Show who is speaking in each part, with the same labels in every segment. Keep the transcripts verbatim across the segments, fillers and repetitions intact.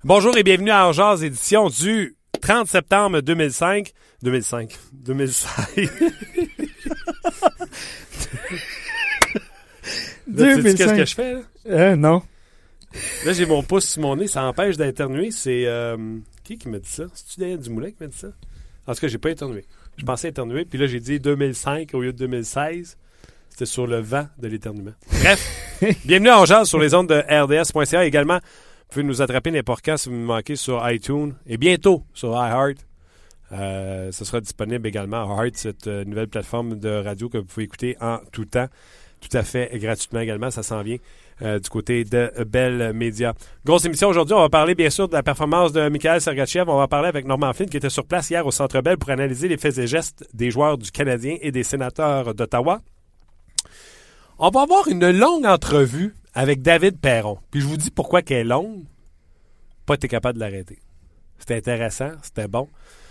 Speaker 1: Bonjour et bienvenue à Jazz, édition du trente septembre deux mille cinq. deux mille cinq. deux mille seize.
Speaker 2: deux mille cinq.
Speaker 1: Qu'est-ce que je fais, là?
Speaker 2: Euh, non.
Speaker 1: Là, j'ai mon pouce sur mon nez, ça empêche d'éternuer. C'est... Euh, qui qui m'a dit ça? C'est-tu Daniel Dumoulin qui m'a dit ça? En tout cas, j'ai pas éternué. Je pensais éternuer, puis là, j'ai dit deux mille cinq au lieu de deux mille seize. C'était sur le vent de l'éternuement. Bref, bienvenue à Jazz sur les ondes de R D S point C A. Également, vous pouvez nous attraper n'importe quand si vous me manquez sur iTunes et bientôt sur iHeart. Euh, ce sera disponible également à iHeart, cette euh, nouvelle plateforme de radio que vous pouvez écouter en tout temps, tout à fait gratuitement également. Ça s'en vient euh, du côté de Bell Media. Grosse émission aujourd'hui. On va parler bien sûr de la performance de Mikhail Sergachev. On va parler avec Normand Flynn qui était sur place hier au Centre Bell pour analyser les faits et gestes des joueurs du Canadien et des Sénateurs d'Ottawa. On va avoir une longue entrevue avec David Perron. Puis je vous dis pourquoi qu'elle est longue. Pas été capable de l'arrêter. C'était intéressant, c'était bon.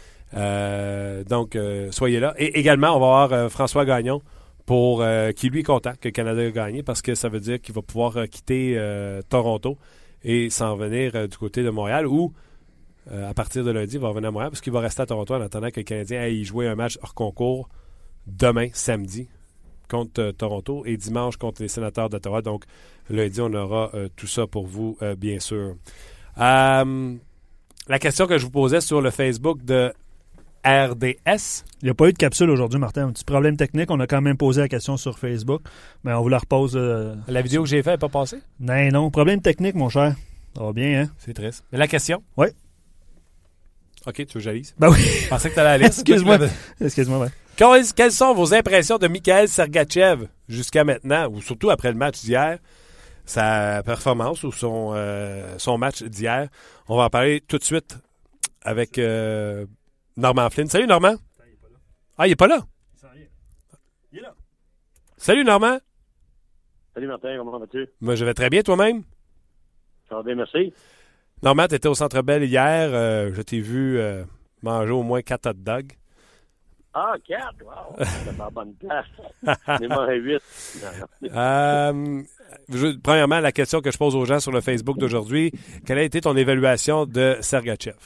Speaker 1: Euh, donc, euh, soyez là. Et également, on va avoir euh, François Gagnon pour euh, qui lui est content que le Canada ait gagné parce que ça veut dire qu'il va pouvoir euh, quitter euh, Toronto et s'en venir euh, du côté de Montréal ou euh, à partir de lundi, il va revenir à Montréal parce qu'il va rester à Toronto en attendant que le Canadien aille jouer un match hors concours demain, samedi, contre euh, Toronto et dimanche contre les Sénateurs d'Ottawa. Donc, lundi, on aura euh, tout ça pour vous, euh, bien sûr. Euh, la question que je vous posais sur le Facebook de R D S.
Speaker 2: Il n'y a pas eu de capsule aujourd'hui, Martin. Un petit problème technique. On a quand même posé la question sur Facebook, mais on vous la repose. Euh,
Speaker 1: la vidéo que j'ai faite n'est pas passée?
Speaker 2: Non, non. Problème technique, mon cher. Ça va bien, hein?
Speaker 1: C'est triste. Mais la question?
Speaker 2: Oui.
Speaker 1: OK, tu veux que j'alise?
Speaker 2: Ben oui.
Speaker 1: Je pensais que tu allais à la liste.
Speaker 2: Excuse-moi. Excuse-moi, ouais.
Speaker 1: Quelles, quelles sont vos impressions de Mikhail Sergachev jusqu'à maintenant, ou surtout après le match d'hier? Sa performance ou son, euh, son match d'hier. On va en parler tout de suite avec euh, Normand Flynn. Salut, Normand. Ah, il n'est pas là? Il est là. Salut, Normand.
Speaker 3: Salut, Martin. Comment vas-tu?
Speaker 1: Moi, je vais très bien, toi-même.
Speaker 3: Ça va bien, merci.
Speaker 1: Normand, tu étais au Centre Bell hier. Euh, je t'ai vu euh, manger au moins quatre hot dogs.
Speaker 3: Ah, quatre? Wow! C'est pas bonne place. On est mort à huit.
Speaker 1: euh, je, premièrement, la question que je pose aux gens sur le Facebook d'aujourd'hui, quelle a été ton évaluation de Sergachev?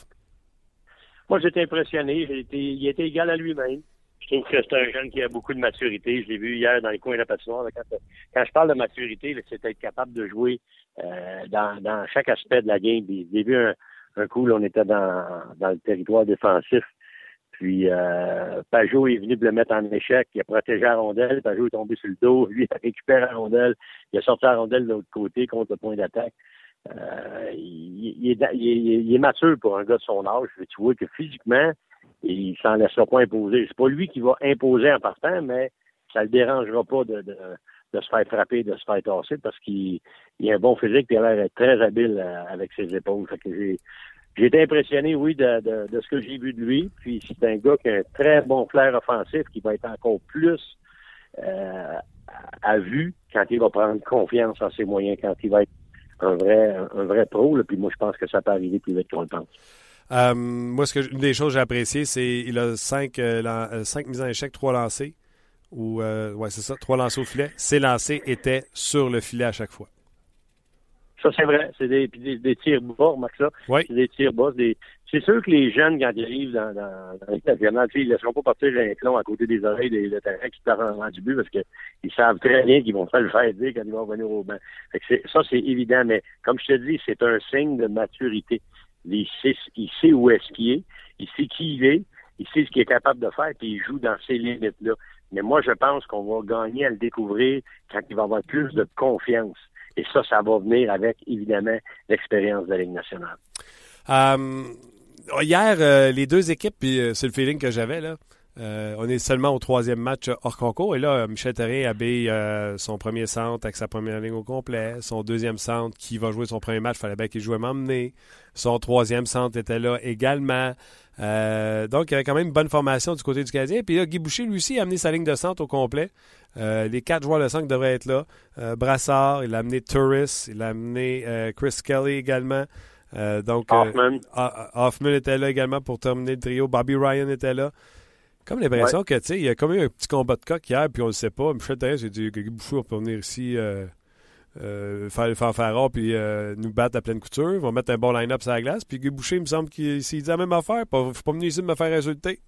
Speaker 3: Moi, j'étais impressionné. J'ai été, il était égal à lui-même. Je trouve que c'est un jeune qui a beaucoup de maturité. Je l'ai vu hier dans les coins de la patinoire. Quand, quand je parle de maturité, là, c'est être capable de jouer euh, dans, dans chaque aspect de la game. J'ai vu un, un coup, là, on était dans, dans le territoire défensif. Puis, euh, Pajot est venu de le mettre en échec. Il a protégé la rondelle. Pajot est tombé sur le dos. Lui, il a récupéré la rondelle. Il a sorti la rondelle de l'autre côté contre le point d'attaque. Euh, il, il, est, il, est, il est mature pour un gars de son âge. Tu vois que physiquement, il s'en laissera pas imposer. C'est pas lui qui va imposer en partant, mais ça le dérangera pas de, de, de se faire frapper, de se faire tasser parce qu'il il a un bon physique et il a l'air très habile avec ses épaules. Fait que j'ai J'ai été impressionné, oui, de, de, de ce que j'ai vu de lui. Puis c'est un gars qui a un très bon flair offensif, qui va être encore plus euh, à, à vue quand il va prendre confiance en ses moyens, quand il va être un vrai un vrai pro. Là. Puis moi, je pense que ça peut arriver plus vite qu'on le pense.
Speaker 1: Euh, moi, ce que une des choses que j'ai appréciées, c'est qu'il a cinq, euh, lan- cinq mises en échec, trois lancés. Ou euh, ouais, c'est ça, trois lancés au filet. Ces lancés étaient sur le filet à chaque fois.
Speaker 3: Ça, c'est vrai. C'est des, des, des tirs bas, remarque ça.
Speaker 1: Oui.
Speaker 3: C'est des tirs bas. Des... C'est sûr que les jeunes, quand ils arrivent dans, dans, dans les nationales, ils ne laisseront pas partir un plomb à côté des oreilles des le terrain qui part en du but parce qu'ils savent très bien qu'ils vont se le faire dire quand ils vont revenir au banc. Fait que c'est, ça, c'est évident. Mais comme je te dis, c'est un signe de maturité. Il sait, il sait où est-ce qu'il est. Il sait qui il est. Il sait ce qu'il est capable de faire. Puis il joue dans ces limites-là. Mais moi, je pense qu'on va gagner à le découvrir quand il va avoir plus de confiance. Et ça, ça va venir avec, évidemment, l'expérience de la Ligue nationale.
Speaker 1: Euh, hier, euh, les deux équipes, puis euh, c'est le feeling que j'avais, là. Euh, on est seulement au troisième match hors concours. Et là, Michel Therrien habille euh, son premier centre avec sa première ligne au complet. Son deuxième centre qui va jouer son premier match, il fallait bien qu'il joue à m'emmener. Son troisième centre était là également. Euh, donc, il y avait quand même une bonne formation du côté du Canadien. Puis là, Guy Boucher, lui aussi, a amené sa ligne de centre au complet. Euh, les quatre joueurs de centre devraient être là. Euh, Brassard, il a amené Turris, il a amené euh, Chris Kelly également. Euh, donc,
Speaker 3: Hoffman.
Speaker 1: Euh, Hoffman était là également pour terminer le trio. Bobby Ryan était là. Comme l'impression ouais. que, tu sais, il y a comme eu un petit combat de coq hier, puis on le sait pas. Michel Therrien s'est dit que Guy Boucher va venir ici euh, euh, faire le fanfaron puis euh, nous battre à pleine couture. Ils vont mettre un bon line-up sur la glace. Puis Guy Boucher, il me semble qu'il s'il dit la même affaire. Il ne faut pas venir ici de me faire insulter.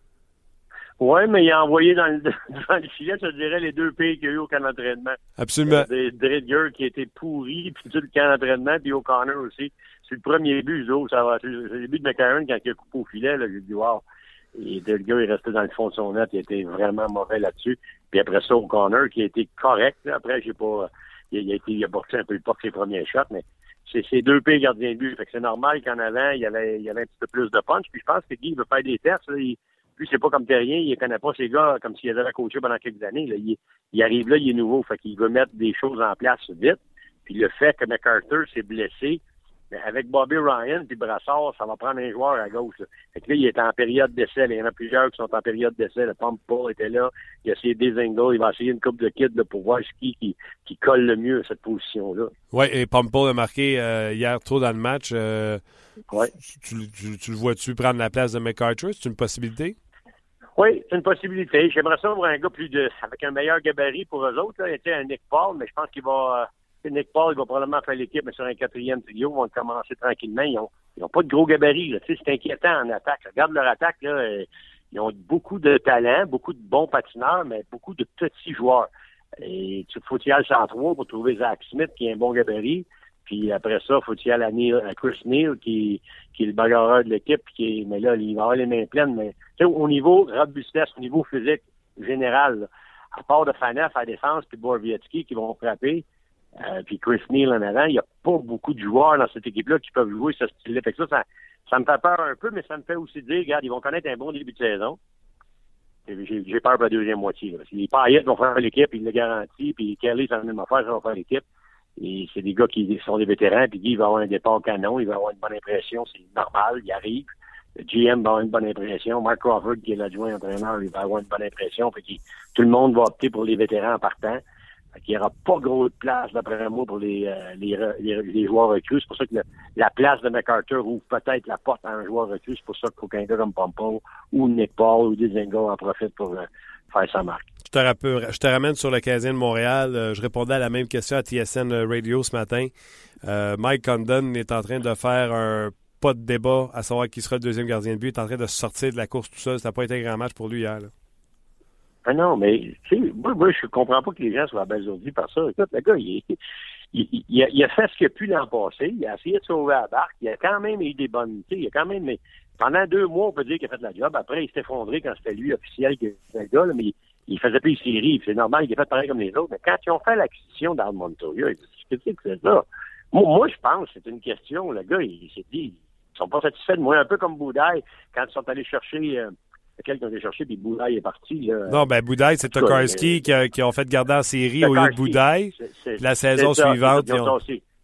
Speaker 3: Oui, mais il a envoyé dans le, dans le filet, je te dirais, les deux pays qu'il y a eu au camp d'entraînement.
Speaker 1: Absolument.
Speaker 3: Dredger qui a été pourri, puis tout le camp d'entraînement, puis O'Connor aussi. C'est le premier but, je ça va. C'est le but de McCarron quand il a coupé au filet, là, j'ai dit, wow. Et Dredger est resté dans le fond de son net, il était vraiment mauvais là-dessus. Puis après ça, O'Connor qui a été correct, là. Après, j'ai pas, il a été, il a porté un peu le porte ses premiers shots, mais c'est ces deux pays gardiens de but. Fait que c'est normal qu'en avant, il y avait, il y avait un petit peu plus de punch. Puis je pense que Guy veut faire des tests, là. Il, Lui, c'est pas comme Terrien, il ne connaît pas ces gars comme s'il avait coaché pendant quelques années. Là. Il, il arrive là, il est nouveau, fait qu'il veut mettre des choses en place vite. Puis le fait que MacArthur s'est blessé, mais avec Bobby Ryan puis Brassard, ça va prendre un joueur à gauche. Là. Fait que là, il est en période d'essai. Là. Il y en a plusieurs qui sont en période d'essai. Le Pump Paul était là. Il a essayé des angles. Il va essayer une coupe de kids là, pour voir ce qui, qui, qui colle le mieux à cette position-là.
Speaker 1: Oui, et Pump Paul a marqué euh, hier trop dans le match. Euh,
Speaker 3: ouais.
Speaker 1: tu, tu, tu le vois-tu prendre la place de MacArthur? C'est une possibilité?
Speaker 3: Oui, c'est une possibilité. J'aimerais ça avoir un gars plus de avec un meilleur gabarit pour eux autres. Là. Il était un Nick Paul, mais je pense qu'il va. Euh, Nick Paul, il va probablement faire l'équipe, mais sur un quatrième trio, ils vont commencer tranquillement. Ils n'ont ils ont pas de gros gabarit. Là. Tu sais, c'est inquiétant en attaque. Regarde leur attaque, là. Euh, ils ont beaucoup de talent, beaucoup de bons patineurs, mais beaucoup de petits joueurs. Et il faut y aller cent trois pour trouver Zach Smith, qui est un bon gabarit. Puis après ça, faut y aller à, Neil, à Chris Neal, qui, qui est le bagarreur de l'équipe, qui est, mais là, il va avoir les mains pleines. Mais au niveau robustesse, au niveau physique général, là, à part de Faneuf à la défense, puis Borowiecki qui vont frapper, euh, puis Chris Neal en avant, il n'y a pas beaucoup de joueurs dans cette équipe-là qui peuvent jouer ce style-là. Fait que ça, ça, ça me fait peur un peu, mais ça me fait aussi dire, regarde, ils vont connaître un bon début de saison. J'ai, j'ai peur pour la deuxième moitié. Là. Les Payet vont faire l'équipe, il le garantit, puis Kelly, ça va même affaire, ça va faire l'équipe. Et c'est des gars qui sont des vétérans, puis Guy va avoir un départ canon, il va avoir une bonne impression, c'est normal, il arrive. Le G M va avoir une bonne impression. Mark Crawford, qui est l'adjoint entraîneur, il va avoir une bonne impression. Fait que tout le monde va opter pour les vétérans en partant. Fait qu'il n'y aura pas gros de place, d'après moi, pour les, euh, les, les, les joueurs recrues. C'est pour ça que le, la place de MacArthur ouvre peut-être la porte à un joueur recrue. C'est pour ça qu'aucun gars comme Pompon ou Nick Paul ou Dizengo en profitent pour euh, faire sa marque.
Speaker 1: Je te, rappelle, je te ramène sur le Canadien de Montréal. Euh, je répondais à la même question à T S N Radio ce matin. Euh, Mike Condon est en train de faire un pas de débat à savoir qui sera le deuxième gardien de but. Il est en train de sortir de la course tout seul. Ça n'a pas été un grand match pour lui hier. Là.
Speaker 3: Ah non, mais tu sais, moi, moi je comprends pas que les gens soient abasourdis par ça. Écoute, le gars, il, il, il, a, il a fait ce qu'il a pu l'an passé. Il a essayé de sauver la barque. Il a quand même eu des bonnes... Il a quand même... Mais pendant deux mois, on peut dire qu'il a fait la job. Après, il s'est effondré quand c'était lui officiel qui était le gars, là, mais il, il faisait plus les séries. C'est normal, il a fait pareil comme les autres. Mais quand ils ont fait l'acquisition d'Al Montoya, ils disent, qu'est-ce que c'est ça? Moi, moi, je pense que c'est une question. Le gars, il, il s'est dit, ils sont pas satisfaits de moi, un peu comme Boudaille, quand ils sont allés chercher... Euh, quelqu'un qui a été cherché, puis Boudaille est parti. Là.
Speaker 1: Non, ben Boudaille, c'est Tokarski mais... qui, a, qui ont fait garder en série Tokarski, au lieu de Boudaille. C'est, c'est, la saison ça, suivante, ils ont...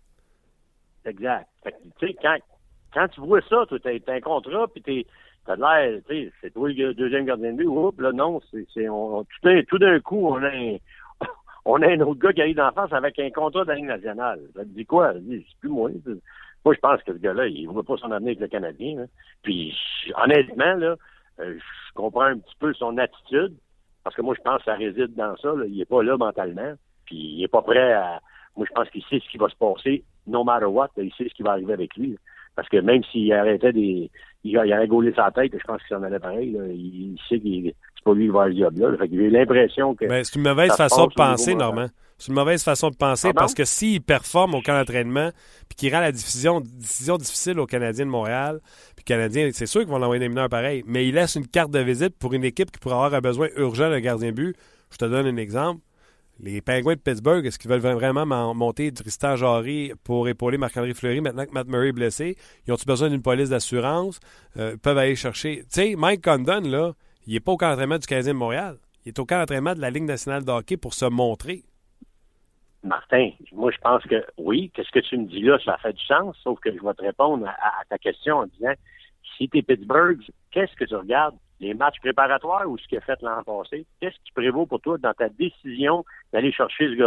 Speaker 3: Exact. Fait que, tu sais, quand, quand tu vois ça, tu as un contrat, puis t'es, t'as l'air, tu sais, c'est toi le deuxième gardien de but. Oups, là, non, c'est, c'est on, tout, d'un, tout d'un coup, on a un, on a un autre gars qui arrive d'en face avec un contrat de la Ligue nationale. Ça te dit quoi? Ça te dit, c'est plus moi. C'est... Moi, je pense que ce gars-là, il ne veut pas s'en amener avec le Canadien. Hein. Puis, honnêtement, là, Euh, je comprends un petit peu son attitude, parce que moi, je pense que ça réside dans ça. Là. Il n'est pas là mentalement, puis il n'est pas prêt à... Moi, je pense qu'il sait ce qui va se passer, no matter what, là, il sait ce qui va arriver avec lui. Là. Parce que même s'il arrêtait des... Il, il aurait gaulé sa tête, je pense qu'il s'en allait pareil. Là. Il, il sait que c'est pas lui qui va avoir le job là. Fait qu'il a l'impression que...
Speaker 1: Ben, c'est une mauvaise façon de penser, Normand. C'est une mauvaise façon de penser, ah, parce que s'il performe au camp d'entraînement, puis qu'il rend la décision, décision difficile aux Canadiens de Montréal, puis les Canadiens, c'est sûr qu'ils vont l'envoyer des mineurs pareil, mais il laisse une carte de visite pour une équipe qui pourrait avoir un besoin urgent d'un gardien de but. Je te donne un exemple. Les Penguins de Pittsburgh, est-ce qu'ils veulent vraiment monter Tristan Jarry pour épauler Marc-André Fleury maintenant que Matt Murray est blessé? Ils ont-ils besoin d'une police d'assurance? Euh, ils peuvent aller chercher... Tu sais, Mike Condon, là, il n'est pas au camp d'entraînement du Canadien de Montréal. Il est au camp d'entraînement de la Ligue nationale de hockey pour se montrer.
Speaker 3: Martin, moi, je pense que oui, qu'est-ce que tu me dis là, ça fait du sens, sauf que je vais te répondre à, à ta question en disant, si tu es Pittsburgh, qu'est-ce que tu regardes? Les matchs préparatoires ou ce qu'il a fait l'an passé? Qu'est-ce qui prévaut pour toi dans ta décision d'aller chercher ce gars-là?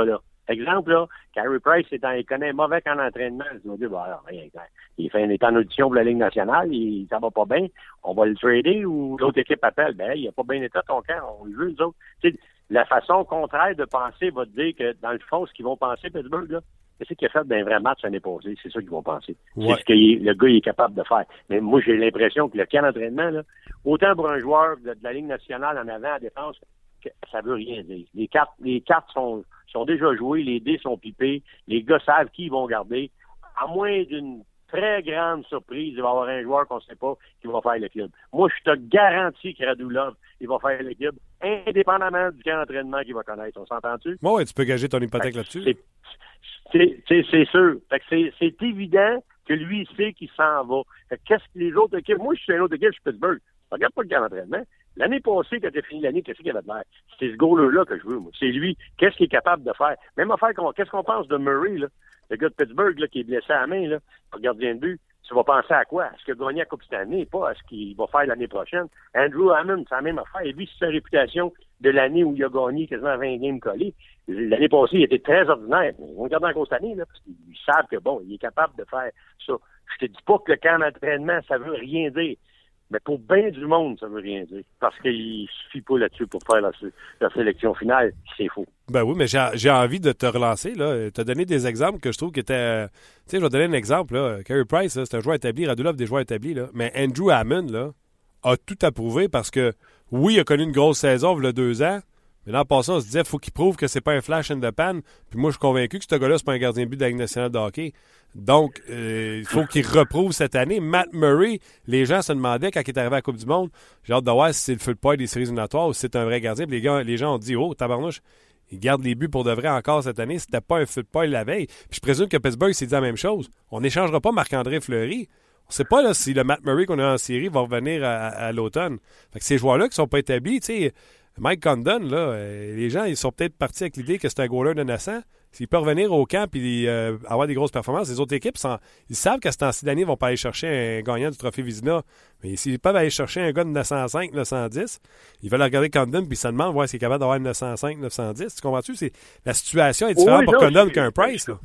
Speaker 3: Exemple, là, Carey Price, c'est en, il connaît mauvais qu'en entraînement. Il va dire, bah, rien, il fait, il est en audition pour la Ligue nationale, il, ça va pas bien, on va le trader ou l'autre équipe appelle, ben, il a pas bien été ton camp, on le veut, nous autres. Tu sais, la façon contraire de penser va te dire que, dans le fond, ce qu'ils vont penser, Pittsburgh, là, c'est ce qu'il a fait d'un vrai match l'année passée, c'est ça qu'ils vont penser. Ouais. C'est ce que il, le gars il est capable de faire. Mais moi, j'ai l'impression que le camp d'entraînement, là, autant pour un joueur de, de la Ligue nationale en avant à défense, que ça veut rien dire. Les cartes, les cartes sont, sont déjà jouées, les dés sont pipés, les gars savent qui ils vont garder. À moins d'une très grande surprise, il va y avoir un joueur qu'on ne sait pas qui va faire le club. Moi, je te garantis que Radulov, il va faire le club, indépendamment du camp d'entraînement qu'il va connaître. On s'entend-tu?
Speaker 1: Bon, ouais, tu peux gager ton hypothèque là-dessus.
Speaker 3: C'est, c'est, c'est, c'est sûr. Fait que c'est, c'est évident que lui, il sait qu'il s'en va. Fait que qu'est-ce que les autres équipes... Moi, je suis une autre équipe, je suis Pittsburgh. Regarde pas le camp d'entraînement. L'année passée, quand tu as fini l'année, qu'est-ce qu'il avait de l'air? C'est ce goaler-là que je veux, moi. C'est lui. Qu'est-ce qu'il est capable de faire? Même affaire, qu'on, qu'est-ce qu'on pense de Murray, là? Le gars de Pittsburgh, là, qui est blessé à la main, là, le gardien de but. Tu vas penser à quoi? À ce qu'il a gagné la Coupe cette année, pas à ce qu'il va faire l'année prochaine. Andrew Hammond, c'est la même affaire. Et lui, c'est sa réputation de l'année où il a gagné quasiment vingt games collés. L'année passée, il était très ordinaire. On regarde encore cette année, là, parce qu'ils savent que, bon, il est capable de faire ça. Je te dis pas que le camp d'entraînement, ça veut rien dire. Mais pour bien du monde, ça veut rien dire. Parce qu'il suffit pas là-dessus pour faire la, la sélection finale. C'est faux.
Speaker 1: Ben oui, mais j'ai, j'ai envie de te relancer. Tu as donné des exemples que je trouve qui étaient... Tu sais, je vais donner un exemple. Là. Carey Price, là, c'est un joueur établi. Radulov, des joueurs établis. Là. Mais Andrew Hammond là, a tout approuvé parce que, oui, il a connu une grosse saison il y a deux ans. Mais l'an passé, on se disait, il faut qu'il prouve que c'est pas un flash in the pan. Puis moi, je suis convaincu que ce gars-là, c'est pas un gardien de but de la Ligue nationale de hockey. Donc, euh, il faut qu'il reprouve cette année. Matt Murray, les gens se demandaient quand il est arrivé à la Coupe du Monde, j'ai hâte de voir si c'est le feu de paille des séries éliminatoires ou si c'est un vrai gardien. Puis les, gars, les gens ont dit, oh, tabarnouche, il garde les buts pour de vrai encore cette année. C'était pas un feu de paille la veille. Puis je présume que Pittsburgh s'est dit la même chose. On n'échangera pas Marc-André Fleury. On ne sait pas là, si le Matt Murray qu'on a en série va revenir à, à, à l'automne. Fait que ces joueurs-là qui sont pas établis, tu sais, Mike Condon, là, euh, les gens, ils sont peut-être partis avec l'idée que c'est un goaler de naissant. S'il peut revenir au camp et euh, avoir des grosses performances, les autres équipes, sont, ils savent qu'à ce temps-ci d'année, ils ne vont pas aller chercher un gagnant du trophée Vizina. Mais s'ils peuvent aller chercher un gars de neuf cent cinq, neuf cent dix, ils veulent regarder Condon puis ils se demandent voir s'il est capable d'avoir neuf cent cinq, neuf cent dix. Tu comprends-tu? C'est, la situation est différente oui, pour non, Condon qu'un Price. Là.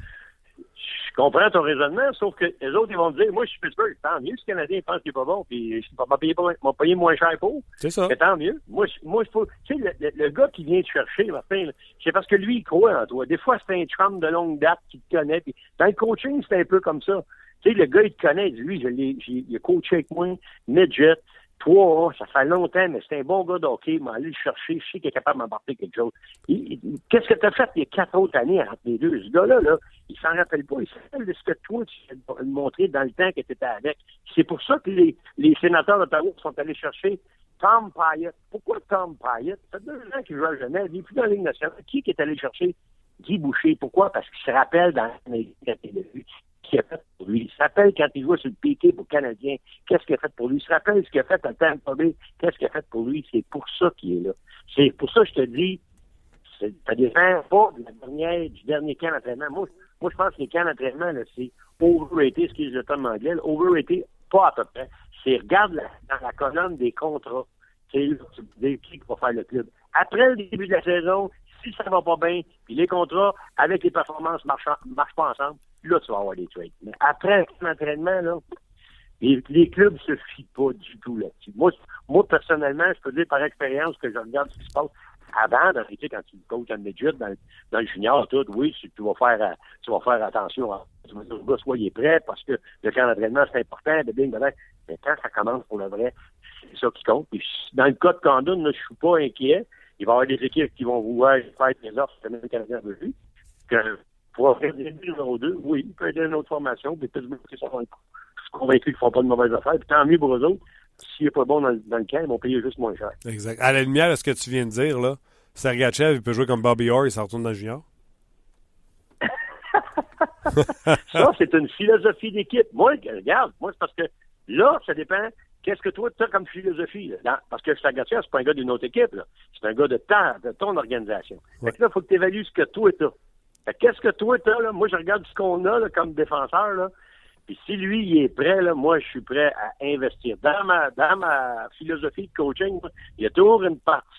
Speaker 3: Je comprends ton raisonnement, sauf que les autres, ils vont te dire, moi, je suis Pittsburgh, tant mieux, si le Canadien pense qu'il est pas bon, puis je vais payer, payer moins cher pour.
Speaker 1: C'est ça.
Speaker 3: Mais tant mieux. Moi, je, moi, je faut, tu sais, le, le, le gars qui vient te chercher, Martin, là, c'est parce que lui, il croit en toi. Des fois, c'est un chum de longue date qui te connaît, puis dans le coaching, c'est un peu comme ça. Tu sais, le gars, il te connaît, lui, je l'ai, j'ai, il a coaché avec moi, midget. Toi, ça fait longtemps, mais c'est un bon gars de hockey, il m'a allé le chercher, je sais qu'il est capable de m'apporter quelque chose. Il, il, qu'est-ce que tu as fait il y a quatre autres années entre les deux? Ce gars-là, là, il s'en rappelle pas, il s'en rappelle de ce que toi, tu as montré dans le temps que tu étais avec. C'est pour ça que les, les sénateurs d'Ottawa sont allés chercher Tom Pyatt. Pourquoi Tom Pyatt? Ça fait deux ans qu'il joue à Genève, il n'est plus dans la Ligue nationale. Qui est allé chercher Guy Boucher? Pourquoi? Parce qu'il se rappelle dans les quand il l'a vu. Qu'il a fait pour lui. Il se rappelle quand il jouait sur le piqué pour le Canadien, qu'est-ce qu'il a fait pour lui. Il se rappelle ce qu'il a fait à Tampa Bay, qu'est-ce qu'il a fait pour lui. C'est pour ça qu'il est là. C'est pour ça que je te dis, c'est, ça dépend pas de la dernière, du dernier camp d'entraînement. Moi, moi, je pense que les camps d'entraînement, là, c'est overrated, excusez le terme anglais, là, overrated, pas à peu près. C'est, regarde la, dans la colonne des contrats. C'est là que tu dis qui va faire le club. Après le début de la saison, si ça va pas bien, puis les contrats avec les performances marchent, marchent pas ensemble, là, tu vas avoir des trades. Mais après l'entraînement, là, les, les clubs se fient pas du tout là-dessus. Moi, moi, personnellement, je peux dire par expérience que je regarde ce qui se passe avant d'arrêter quand tu coaches en midget dans, dans le junior, tout, oui, tu vas faire, tu vas faire attention. Hein. Tu vas dire, le gars, soyez prêt parce que le camp d'entraînement, c'est important, de bing, de bing. Mais quand ça commence pour le vrai, c'est ça qui compte. Puis, dans le cas de Condon, là, je suis pas inquiet. Il va y avoir des équipes qui vont vouloir faire des offres que le Canadien veut vu. Que, pour offrir des buts numéro deux, oui, il peut aider une autre formation, puis Pittsburgh, je suis convaincu qu'ils ne font pas de mauvaises affaires, puis tant mieux pour eux autres. S'il n'est pas bon dans, dans le camp, ils vont payer juste moins cher.
Speaker 1: Exact. À la lumière de ce que tu viens de dire, là, Sergachev, il peut jouer comme Bobby Orr, il s'en retourne dans le junior.
Speaker 3: Ça, c'est une philosophie d'équipe. Moi, regarde, moi, c'est parce que là, ça dépend. Qu'est-ce que toi, tu as comme philosophie? Là? Dans, parce que Sergachev, c'est pas un gars d'une autre équipe. Là. C'est un gars de temps, de ton organisation. Ouais. Fait que là, il faut que tu évalues ce que toi, tu as. Fait que qu'est-ce que toi, tu as? Là? Moi, je regarde ce qu'on a là, comme défenseur. Là. Puis si lui, il est prêt, là, moi, je suis prêt à investir. Dans ma, dans ma philosophie de coaching, moi, il y a toujours une partie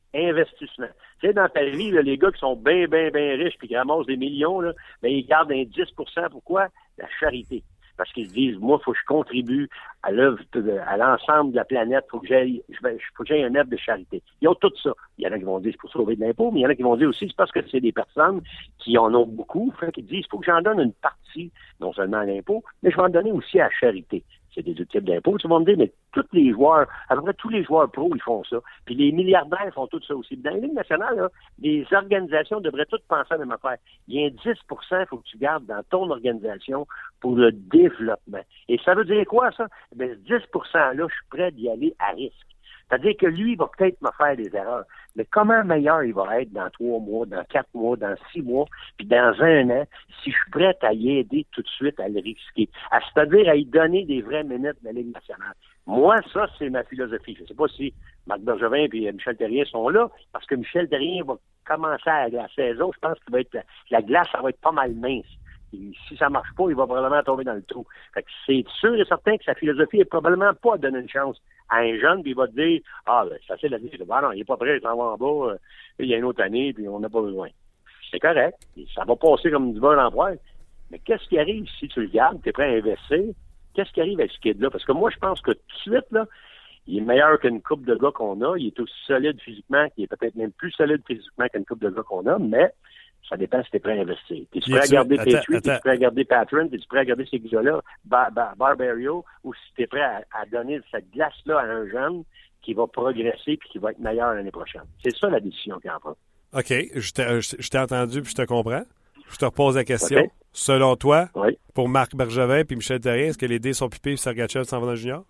Speaker 3: investissement. Tu sais, dans ta vie, là, les gars qui sont bien, bien, bien riches puis qui ramassent des millions, là, ben, ils gardent un dix pour cent. Pourquoi? La charité. Parce qu'ils se disent, moi, il faut que je contribue à l'œuvre, à l'ensemble de la planète, faut que j'aille, faut que j'aille un œuvre de charité. Ils ont tout ça. Il y en a qui vont dire, c'est pour sauver de l'impôt, mais il y en a qui vont dire aussi, c'est parce que c'est des personnes qui en ont beaucoup, fait qu'ils disent, il faut que j'en donne une partie, non seulement à l'impôt, mais je vais en donner aussi à la charité. C'est des deux types d'impôts. Tu vas me dire, mais tous les joueurs, à peu près tous les joueurs pros, ils font ça. Puis les milliardaires font tout ça aussi. Dans les ligues nationales, là, les organisations devraient toutes penser à la même affaire. Il y a un dix pour cent, il faut que tu gardes dans ton organisation pour le développement. Et ça veut dire quoi, ça? Ben, ce dix pour cent-là, je suis prêt d'y aller à risque. C'est-à-dire que lui, il va peut-être me faire des erreurs. Mais comment meilleur il va être dans trois mois, dans quatre mois, dans six mois, puis dans un an, si je suis prêt à y aider tout de suite à le risquer? À, c'est-à-dire à y donner des vraies minutes de la Ligue nationale. Moi, ça, c'est ma philosophie. Je ne sais pas si Marc Bergevin et Michel Therrien sont là, parce que Michel Therrien va commencer à la saison. Je pense que va être la, la glace, ça va être pas mal mince. Et si ça marche pas, il va probablement tomber dans le trou. Fait que c'est sûr et certain que sa philosophie est probablement pas de donner une chance à un jeune, puis il va te dire, ah, ben, c'est facile à dire, ah non, il est pas prêt, il s'en va en bas, euh, il y a une autre année, puis on n'a pas besoin. C'est correct. Ça va passer comme du beurre en poêle. Mais qu'est-ce qui arrive si tu le gardes, tu es prêt à investir? Qu'est-ce qui arrive avec ce kid-là? Parce que moi, je pense que tout de suite, là, il est meilleur qu'une couple de gars qu'on a. Il est aussi solide physiquement, il est peut-être même plus solide physiquement qu'une couple de gars qu'on a, mais ça dépend si t'es prêt à investir. T'es-tu prêt à garder Petrie, t'es-tu prêt à garder Patron, t'es-tu prêt à garder ces gars-là, Bar- Bar- Barberio, ou si t'es prêt à, à donner cette glace-là à un jeune qui va progresser puis qui va être meilleur l'année prochaine. C'est ça la décision qu'il en prend.
Speaker 1: OK, je t'ai, je t'ai entendu puis je te comprends. Je te repose la question.
Speaker 3: Okay.
Speaker 1: Selon toi,
Speaker 3: oui.
Speaker 1: pour Marc Bergevin puis Michel Therrien, est-ce que les dés sont pipés et Sergachev s'en va dans le junior?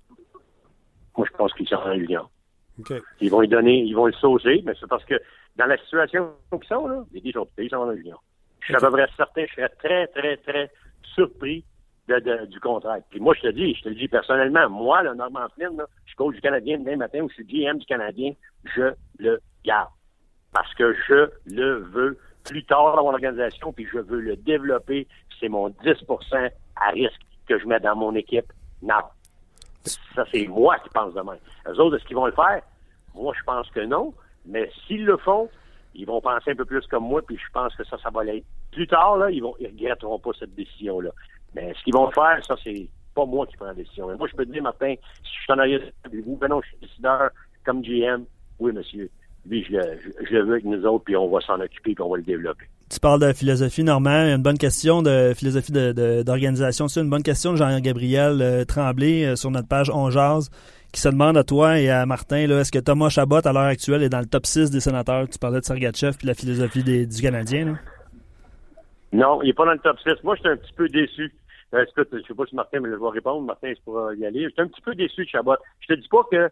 Speaker 3: Moi, je pense qu'ils sont dans le junior.
Speaker 1: Okay.
Speaker 3: Ils vont lui donner, ils vont le saucer, mais c'est parce que dans la situation qu'ils sont, là, les dés sont pipés, ils sont dans le junior. Je suis okay. à peu près certain, je serais très, très, très surpris de, de, du contraire. Puis moi, je te dis, je te le dis personnellement, moi, le Normand Flynn, là, je suis coach du Canadien demain matin ou je suis G M du Canadien, je le garde. Parce que je le veux plus tard dans mon organisation, puis je veux le développer, puis c'est mon dix pour cent à risque que je mets dans mon équipe. Non. Ça, c'est moi qui pense de même. Eux autres, est-ce qu'ils vont le faire? Moi, je pense que non. Mais s'ils le font, ils vont penser un peu plus comme moi, puis je pense que ça, ça va l'être. Plus tard, là, ils vont, ils regretteront pas cette décision-là. Mais ce qu'ils vont faire, ça, c'est pas moi qui prends la décision. Mais moi, je peux te dire, Martin, si je suis en arrière de vous, ben non, je suis décideur comme G M. Oui, monsieur. Lui, je le, je, je le veux avec nous autres, puis on va s'en occuper, puis on va le développer.
Speaker 2: Tu parles de philosophie, Normand. Une bonne question de philosophie de, de, d'organisation. C'est une bonne question de Jean-Gabriel euh, Tremblay euh, sur notre page On Jase, qui se demande à toi et à Martin, là, est-ce que Thomas Chabot, à l'heure actuelle, est dans le top six des sénateurs? Tu parlais de Sergachev puis de la philosophie des, du Canadien, là?
Speaker 3: Non, il n'est pas dans le top six. Moi, je suis un petit peu déçu. Euh, écoute, je ne sais pas si Martin mais je vais répondre. Martin, c'est pour y aller. Je suis un petit peu déçu de Chabot. Je te dis pas que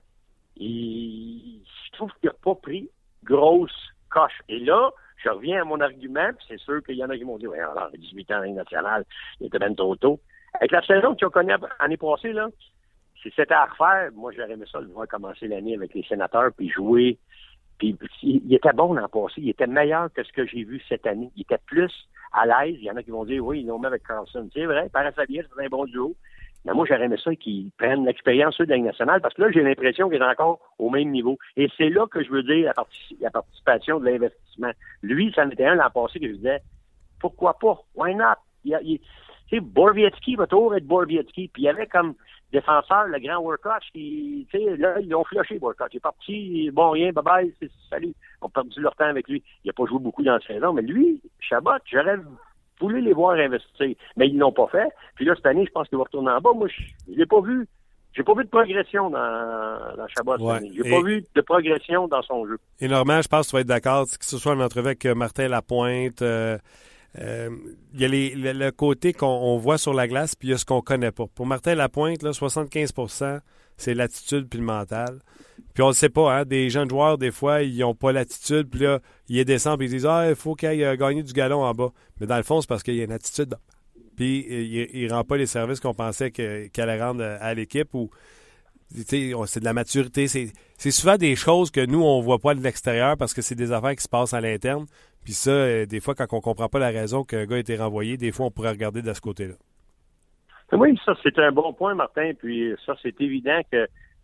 Speaker 3: il... je trouve qu'il n'a pas pris grosse coche. Et là, je reviens à mon argument, puis c'est sûr qu'il y en a qui m'ont dit, ouais, alors, dix-huit ans en Ligue nationale, il était bien trop tôt. Avec la saison que tu as connue l'année passée, là, si c'était à refaire, moi, j'aurais aimé ça le voir commencer l'année avec les sénateurs, puis jouer. Puis il était bon l'an passé. Il était meilleur que ce que j'ai vu cette année. Il était plus à l'aise. Il y en a qui vont dire, oui, ils l'ont mis avec Carlson. C'est vrai, il paraissait bien, c'est un bon duo. Mais moi, j'aurais aimé ça qu'ils prennent l'expérience de la Ligue nationale, parce que là, j'ai l'impression qu'il est encore au même niveau. Et c'est là que je veux dire la, partic- la participation de l'investissement. Lui, ça en était un l'an passé que je disais, pourquoi pas? Why not? Il, il, tu sais, Borowiecki va toujours être Borowiecki. Puis il y avait comme défenseur, le grand Workout, qui, tu sais, là, ils ont flushé Workout. Il est parti, bon, rien, bye-bye, c'est, salut. Ils ont perdu leur temps avec lui. Il n'a pas joué beaucoup dans la saison. Mais lui, Chabot, j'aurais voulu les voir investir. Mais ils l'ont pas fait. Puis là, cette année, je pense qu'il va retourner en bas. Moi, je ne l'ai pas vu. J'ai pas vu de progression dans, dans Chabot cette
Speaker 1: ouais.
Speaker 3: année. J'ai
Speaker 1: Et...
Speaker 3: pas vu de progression dans son jeu.
Speaker 1: Et Normand, je pense que tu vas être d'accord, que ce soit une entrevue avec Martin Lapointe, euh, euh, il y a les, le, le côté qu'on on voit sur la glace, puis il y a ce qu'on connaît pas. Pour Martin Lapointe, là, soixante-quinze pour cent, c'est l'attitude puis le mental. Puis on le sait pas, hein, des jeunes joueurs, des fois, ils ont pas l'attitude, puis là, ils descendent, puis ils disent « Ah, il faut qu'il aille gagner du galon en bas. » Mais dans le fond, c'est parce qu'il y a une attitude. Puis il ne rend pas les services qu'on pensait que, qu'elle allait rendre à l'équipe, ou c'est de la maturité. C'est, c'est souvent des choses que nous, on voit pas de l'extérieur parce que c'est des affaires qui se passent à l'interne. Puis ça, euh, des fois, quand on comprend pas la raison qu'un gars a été renvoyé, des fois, on pourrait regarder de ce côté-là.
Speaker 3: Oui, ça, c'est un bon point, Martin. Puis ça, c'est évident que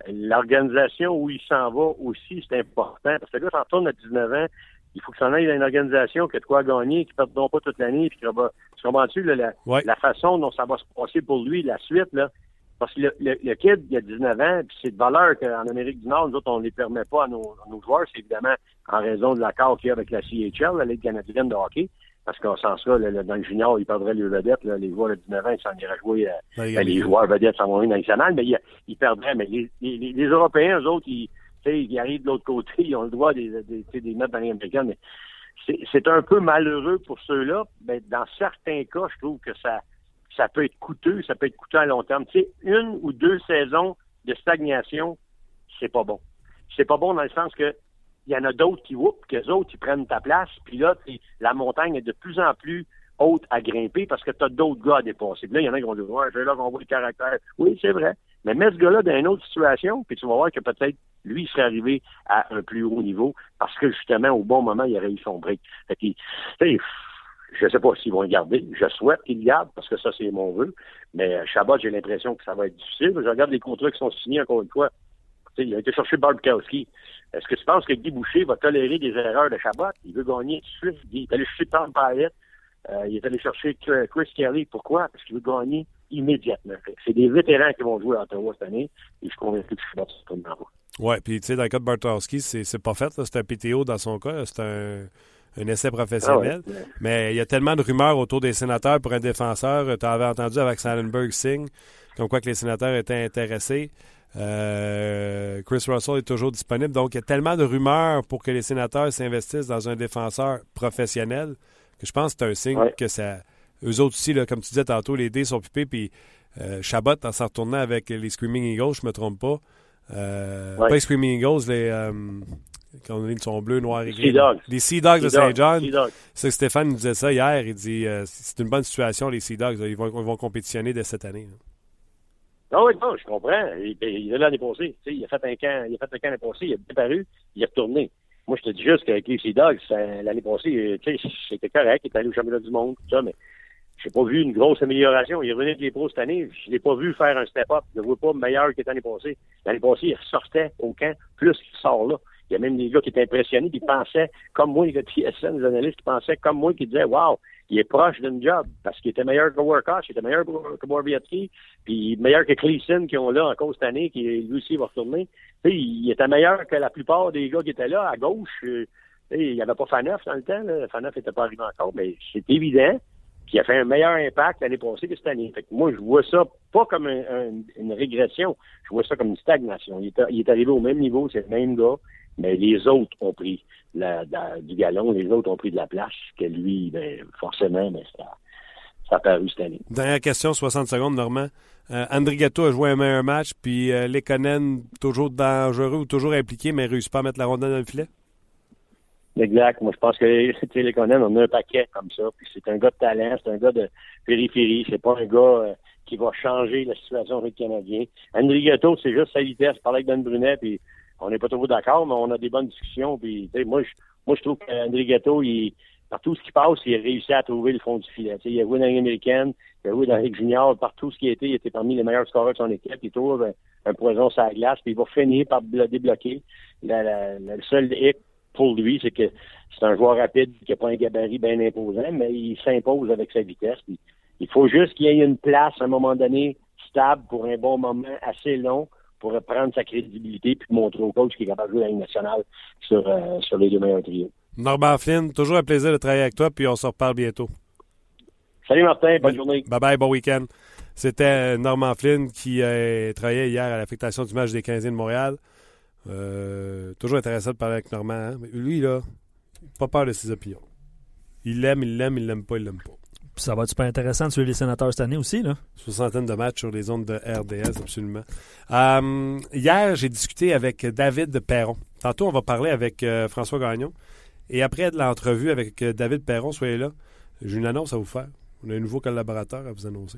Speaker 3: l'organisation où il s'en va aussi, c'est important. Parce que le gars s'en retourne à dix-neuf ans, il faut que ça en aille dans une organisation qui a de quoi gagner, qui ne perdront pas toute l'année. Puis, tu comprends-tu, là, la,
Speaker 1: ouais.
Speaker 3: la façon dont ça va se passer pour lui, la suite, là. Parce que le, le, le kid, il a dix-neuf ans, puis c'est de valeur qu'en Amérique du Nord, nous autres, on ne les permet pas à nos, à nos joueurs. C'est évidemment en raison de l'accord qu'il y a avec la C H L, la Ligue canadienne de hockey. Parce qu'en sens là, le, dans le junior, ils perdraient les vedettes. Là, les joueurs de dix-neuf ans, ils s'en iraient jouer. Euh, ben, ben, les joueurs vedettes s'en vont dans nationale, mais ils, ils perdraient. Mais les, les, les Européens, eux autres, ils, ils arrivent de l'autre côté, ils ont le droit de les mettre dans les américaines. Mais c'est, c'est un peu malheureux pour ceux-là. Mais dans certains cas, je trouve que ça, ça peut être coûteux, ça peut être coûteux à long terme. Tu sais, une ou deux saisons de stagnation, c'est pas bon. C'est pas bon dans le sens que il y en a d'autres qui whoopent, qu'eux autres, ils prennent ta place, puis là, la montagne est de plus en plus haute à grimper parce que tu as d'autres gars à dépasser. Puis là, il y en a qui vont dire, ouais, c'est là qu'on voit le caractère. Oui, c'est vrai. Mais mets ce gars-là dans une autre situation, puis tu vas voir que peut-être, lui, il serait arrivé à un plus haut niveau parce que, justement, au bon moment, il aurait eu son break. Fait que, je sais pas s'ils vont le garder. Je souhaite qu'ils le gardent parce que ça, c'est mon vœu. Mais Chabot, j'ai l'impression que ça va être difficile. Je regarde les contrats qui sont signés, encore une fois. T'sais, il a été chercher Barbkowski. Est-ce que tu penses que Guy Boucher va tolérer des erreurs de Chabot? Il veut gagner tout de suite. Il est allé chercher Tom Payette. Euh, il est allé chercher Chris Kelly. Pourquoi? Parce qu'il veut gagner immédiatement. C'est des vétérans qui vont jouer à Ottawa cette année. Et je suis convaincu que Chabot se tourne en bas.
Speaker 1: Oui, puis tu sais, dans le cas de Bartowski, c'est, c'est pas fait. Là. C'est un P T O dans son cas. C'est un, un essai professionnel. Ah ouais. Mais il y a tellement de rumeurs autour des sénateurs pour un défenseur. Tu avais entendu avec Salenberg Singh, comme quoi que les sénateurs étaient intéressés. Euh, Chris Russell est toujours disponible. Donc, il y a tellement de rumeurs pour que les sénateurs s'investissent dans un défenseur professionnel que je pense que c'est un signe ouais. que ça... Eux autres aussi, là, comme tu disais tantôt, les dés sont pipés. Puis euh, Chabot, en s'en retournant avec les Screaming Eagles, je me trompe pas. Euh, ouais. Pas les Screaming Eagles, les... Euh, quand on dit qu'ils sont bleus, noirs et gris. Les Sea Dogs de Saint-John. C'est que Stéphane nous disait ça hier. Il dit euh, c'est une bonne situation, les Sea Dogs. Là, ils, vont, ils vont compétitionner dès cette année. Là.
Speaker 3: Ah oui, non, je comprends. Il, il est là l'année passée. Tu sais, il a fait un camp, il a fait un camp l'année passée, il a disparu, il est retourné. Moi, je te dis juste qu'avec les Sea Dogs, l'année passée, tu sais, c'était correct, il est allé au championnat du monde, tout ça, mais j'ai pas vu une grosse amélioration. Il est revenu avec les pros cette année, je l'ai pas vu faire un step-up. Je le vois pas meilleur que l'année passée. L'année passée, il ressortait au camp, plus qu'il sort là. Il y a même des gars qui étaient impressionnés, qui pensaient, comme moi, les gars de T S N, les analystes, qui pensaient comme moi, qui disaient, wow, il est proche d'une job, parce qu'il était meilleur que Workosh, il était meilleur que Bobrovsky, puis meilleur que Cleason, qui ont là encore cette année, qui lui aussi va retourner. T'sais, il était meilleur que la plupart des gars qui étaient là, à gauche. Euh, il n'y avait pas Faneuf dans le temps, là. Faneuf n'était pas arrivé encore, mais c'est évident qu'il a fait un meilleur impact l'année passée que cette année. Fait que moi, je vois ça pas comme un, un, une régression, je vois ça comme une stagnation. Il est, il est arrivé au même niveau, c'est le même gars, mais les autres ont pris la, la, du galon, les autres ont pris de la place, que lui, ben, forcément, mais ça, ça a paru cette année.
Speaker 1: Dernière question, soixante secondes, Normand. Euh, André Gatto a joué un meilleur match, puis euh, Lekonen, toujours dangereux ou toujours impliqué, mais réussit pas à mettre la rondelle dans le filet?
Speaker 3: Exact. Moi, je pense que Lekonen, on a un paquet comme ça, puis c'est un gars de talent, c'est un gars de périphérie, c'est pas un gars euh, qui va changer la situation avec le Canadien. André Gatto, c'est juste sa vitesse. Je parlais avec Dan Brunet, puis on n'est pas trop d'accord, mais on a des bonnes discussions. Puis, moi, je, moi, je trouve qu'André Gatto, il, partout ce qui passe, il a réussi à trouver le fond du filet. T'sais, il a joué dans la Ligue américaine, il a joué dans la Ligue junior, partout ce qui a été, il était parmi les meilleurs scoreurs de son équipe. Il trouve un, un poison sur la glace, puis il va finir par le débloquer. La, la, la, le seul hic pour lui, c'est que c'est un joueur rapide qui n'a pas un gabarit bien imposant, mais il s'impose avec sa vitesse. Puis, il faut juste qu'il y ait une place à un moment donné stable pour un bon moment assez long, pour prendre sa crédibilité puis montrer au coach qu'il est capable de jouer dans la Ligue nationale sur, euh, sur les deux meilleurs trios.
Speaker 1: Normand Flynn, toujours un plaisir de travailler avec toi, puis on se reparle bientôt.
Speaker 3: Salut Martin, bonne journée.
Speaker 1: Bye-bye, bon week-end. C'était Normand Flynn qui euh, travaillait hier à l'affectation du match des Canadiens de Montréal. Euh, toujours intéressant de parler avec Normand. Hein? Mais lui, là, pas peur de ses opinions. Il l'aime, il l'aime, il l'aime pas, il l'aime pas.
Speaker 2: Ça va être super intéressant de suivre les sénateurs cette année aussi, là.
Speaker 1: Soixantaine de matchs sur les ondes de R D S, absolument. Euh, hier, j'ai discuté avec David Perron. Tantôt, on va parler avec euh, François Gagnon. Et après de l'entrevue avec euh, David Perron, soyez là, j'ai une annonce à vous faire. On a un nouveau collaborateur à vous annoncer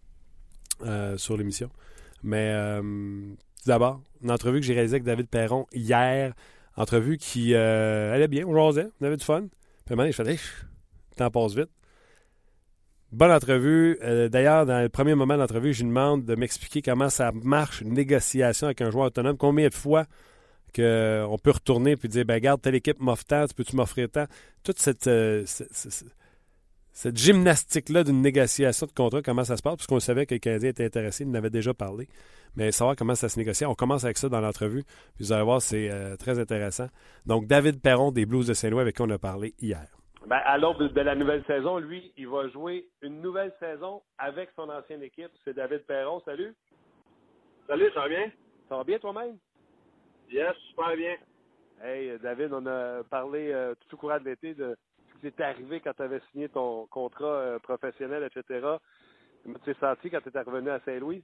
Speaker 1: euh, sur l'émission. Mais euh, tout d'abord, une entrevue que j'ai réalisée avec David Perron hier. Entrevue qui euh, allait bien, on jasait, on avait du fun. Puis à un moment donné, je faisais, hey, le temps passe vite. Bonne entrevue. Euh, d'ailleurs, dans le premier moment de l'entrevue, je lui demande de m'expliquer comment ça marche une négociation avec un joueur autonome. Combien de fois qu'on peut retourner et dire, ben regarde, telle équipe m'offre tant, tu peux-tu m'offrir tant? Toute cette, euh, cette, cette, cette gymnastique-là d'une négociation de contrat, comment ça se passe? Puisqu'on savait que le Canadien était intéressé, il en avait déjà parlé. Mais savoir comment ça se négocie, on commence avec ça dans l'entrevue. Puis vous allez voir, c'est euh, très intéressant. Donc, David Perron des Blues de Saint-Louis, avec qui on a parlé hier.
Speaker 4: Ben, à l'aube de la nouvelle saison, lui, il va jouer une nouvelle saison avec son ancienne équipe. C'est David Perron. Salut.
Speaker 5: Salut, ça va bien?
Speaker 4: Ça va bien toi-même?
Speaker 5: Yes, super bien.
Speaker 4: Hey, David, on a parlé euh, tout au courant de l'été de ce qui t'est arrivé quand tu avais signé ton contrat euh, professionnel, et cetera. Comment tu t'es senti quand tu étais revenu à Saint-Louis?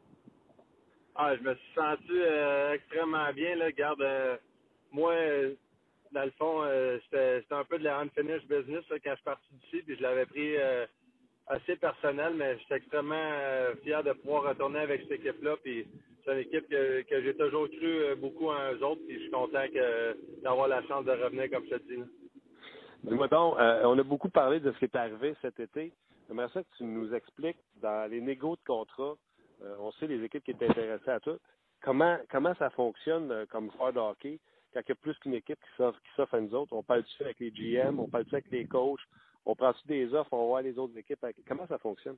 Speaker 5: Ah, je me suis senti euh, extrêmement bien. Là. Garde, euh, moi, euh, dans le fond, euh, c'était, c'était un peu de la unfinished business là, quand je suis parti d'ici, puis je l'avais pris euh, assez personnel, mais j'étais extrêmement euh, fier de pouvoir retourner avec cette équipe-là. Puis c'est une équipe que, que j'ai toujours cru euh, beaucoup en eux autres, puis je suis content que, d'avoir la chance de revenir comme je te dis. Là.
Speaker 4: Dis-moi donc, euh, on a beaucoup parlé de ce qui est arrivé cet été. J'aimerais ça que tu nous expliques, dans les négos de contrat, euh, on sait les équipes qui étaient intéressées à tout, comment comment ça fonctionne euh, comme joueur de hockey quand il y a plus qu'une équipe qui s'offre, qui s'offre à nous autres. On parle-tu avec les G M, on parle-tu avec les coachs, on prend-tu des offres, on va voir les autres équipes. Avec... Comment ça fonctionne?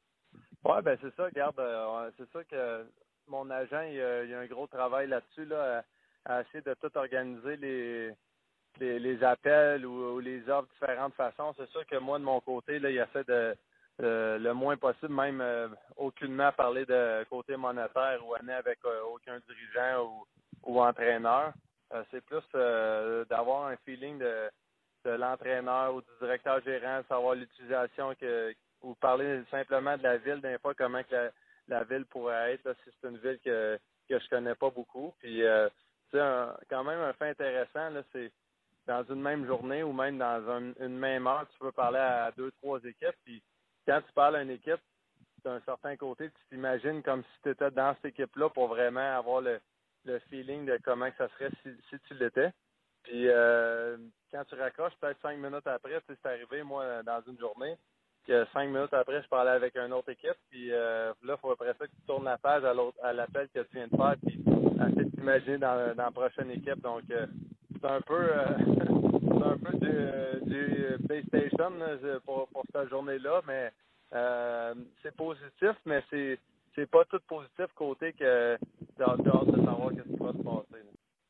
Speaker 6: Oui, ben c'est ça, regarde, euh, c'est ça que mon agent, il, a, il a un gros travail là-dessus, là, à, à essayer de tout organiser les, les, les appels ou, ou les offres de différentes façons. C'est sûr que moi, de mon côté, là, il essaie de, de le moins possible, même euh, aucunement parler de côté monétaire ou aller avec euh, aucun dirigeant ou, ou entraîneur. Euh, c'est plus euh, d'avoir un feeling de, de l'entraîneur ou du directeur gérant, savoir l'utilisation que ou parler simplement de la ville, d'un fois, comment que la, la ville pourrait être, là, si c'est une ville que, que je connais pas beaucoup. Puis, euh, tu sais, quand même, un fait intéressant, là, c'est dans une même journée ou même dans un, une même heure, tu peux parler à deux, trois équipes. Puis, quand tu parles à une équipe, d'un certain côté, tu t'imagines comme si tu étais dans cette équipe-là pour vraiment avoir le, le feeling de comment que ça serait si, si tu l'étais. Puis, euh, quand tu raccroches, peut-être cinq minutes après, tu sais, c'est arrivé, moi, dans une journée, que cinq minutes après, je parlais avec une autre équipe, puis euh, là, il faut après ça que tu tournes la page à l'autre, à l'appel que tu viens de faire, puis essayer de t'imaginer dans, dans la prochaine équipe. Donc, euh, c'est un peu, euh, c'est un peu du, du PlayStation là, pour, pour cette journée-là, mais euh, c'est positif, mais c'est c'est pas tout positif côté que tu as hâte de savoir ce qui va se passer.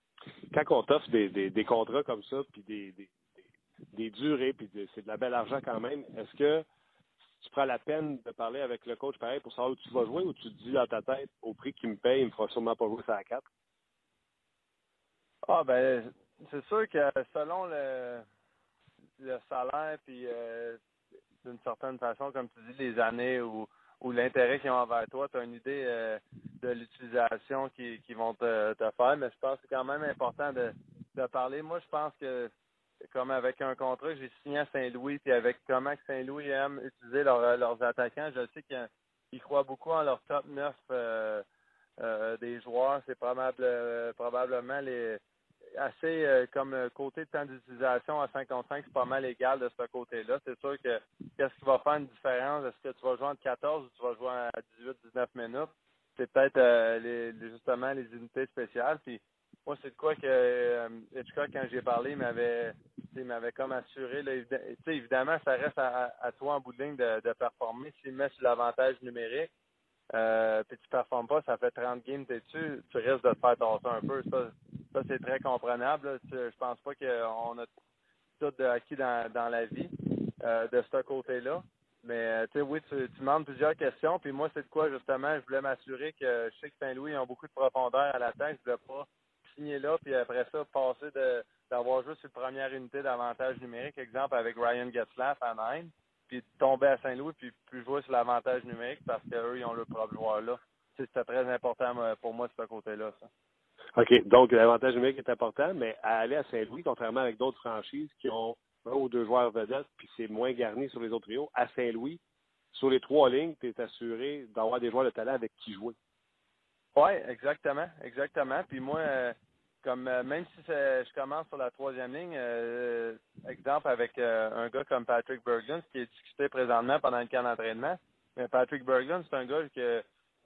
Speaker 6: Là.
Speaker 4: Quand on t'offre des, des, des contrats comme ça, puis des, des, des, des durées, puis de, c'est de la belle argent quand même, est-ce que tu prends la peine de parler avec le coach pareil pour savoir où tu vas jouer ou tu te dis dans ta tête, au prix qu'il me paye, il me fera sûrement pas jouer ça à quatre?
Speaker 6: Ah ben, c'est sûr que selon le, le salaire, puis euh, d'une certaine façon, comme tu dis, les années ou, ou l'intérêt qu'ils ont envers toi, tu as une idée euh, de l'utilisation qu'ils qui vont te, te faire, mais je pense que c'est quand même important de, de parler. Moi, je pense que comme avec un contrat que j'ai signé à Saint-Louis, puis avec comment que Saint-Louis aime utiliser leur, leurs attaquants, je sais qu'ils croient beaucoup en leur top neuf euh, euh, des joueurs. C'est probable, euh, probablement les assez euh, comme côté de temps d'utilisation à cinquante-cinq, c'est pas mal égal de ce côté-là. C'est sûr que qu'est-ce qui va faire une différence? Est-ce que tu vas jouer entre quatorze ou tu vas jouer à dix-huit dix-neuf minutes? C'est peut-être euh, les, les, justement les unités spéciales. Puis moi, c'est de quoi que euh, Hitchcock, quand j'ai parlé, il m'avait, il m'avait comme assuré. Là, évidemment, évidemment, ça reste à, à toi en bout de ligne de, de performer. S'il met sur l'avantage numérique, euh, puis tu ne performes pas, ça fait trente games, t'es dessus, tu risques de te faire tasser un peu. Ça, ça c'est très comprenable. Là. Je pense pas qu'on a tout acquis dans, dans la vie euh, de ce côté-là. Mais tu sais, oui, tu, tu demandes plusieurs questions. Puis moi, c'est de quoi, justement, je voulais m'assurer que je sais que Saint-Louis ont beaucoup de profondeur à l'attaque. Je voulais pas signer là, puis après ça, passer de d'avoir juste une première unité d'avantage numérique, exemple avec Ryan Getzlaf à Anaheim, puis tomber à Saint-Louis, puis plus jouer sur l'avantage numérique parce qu'eux, ils ont leur propre joueur là. C'était très important pour moi de ce côté-là, ça.
Speaker 4: OK. Donc, l'avantage numérique est important, mais à aller à Saint-Louis, contrairement avec d'autres franchises qui ont un ou deux joueurs vedettes, puis c'est moins garni sur les autres trios, à Saint-Louis, sur les trois lignes, tu es assuré d'avoir des joueurs de talent avec qui jouer.
Speaker 6: Oui, exactement, exactement. Puis moi, euh, comme euh, même si je commence sur la troisième ligne, euh, exemple avec euh, un gars comme Patrick Berglund, qui est discuté présentement pendant le camp d'entraînement. Mais Patrick Berglund, c'est un gars que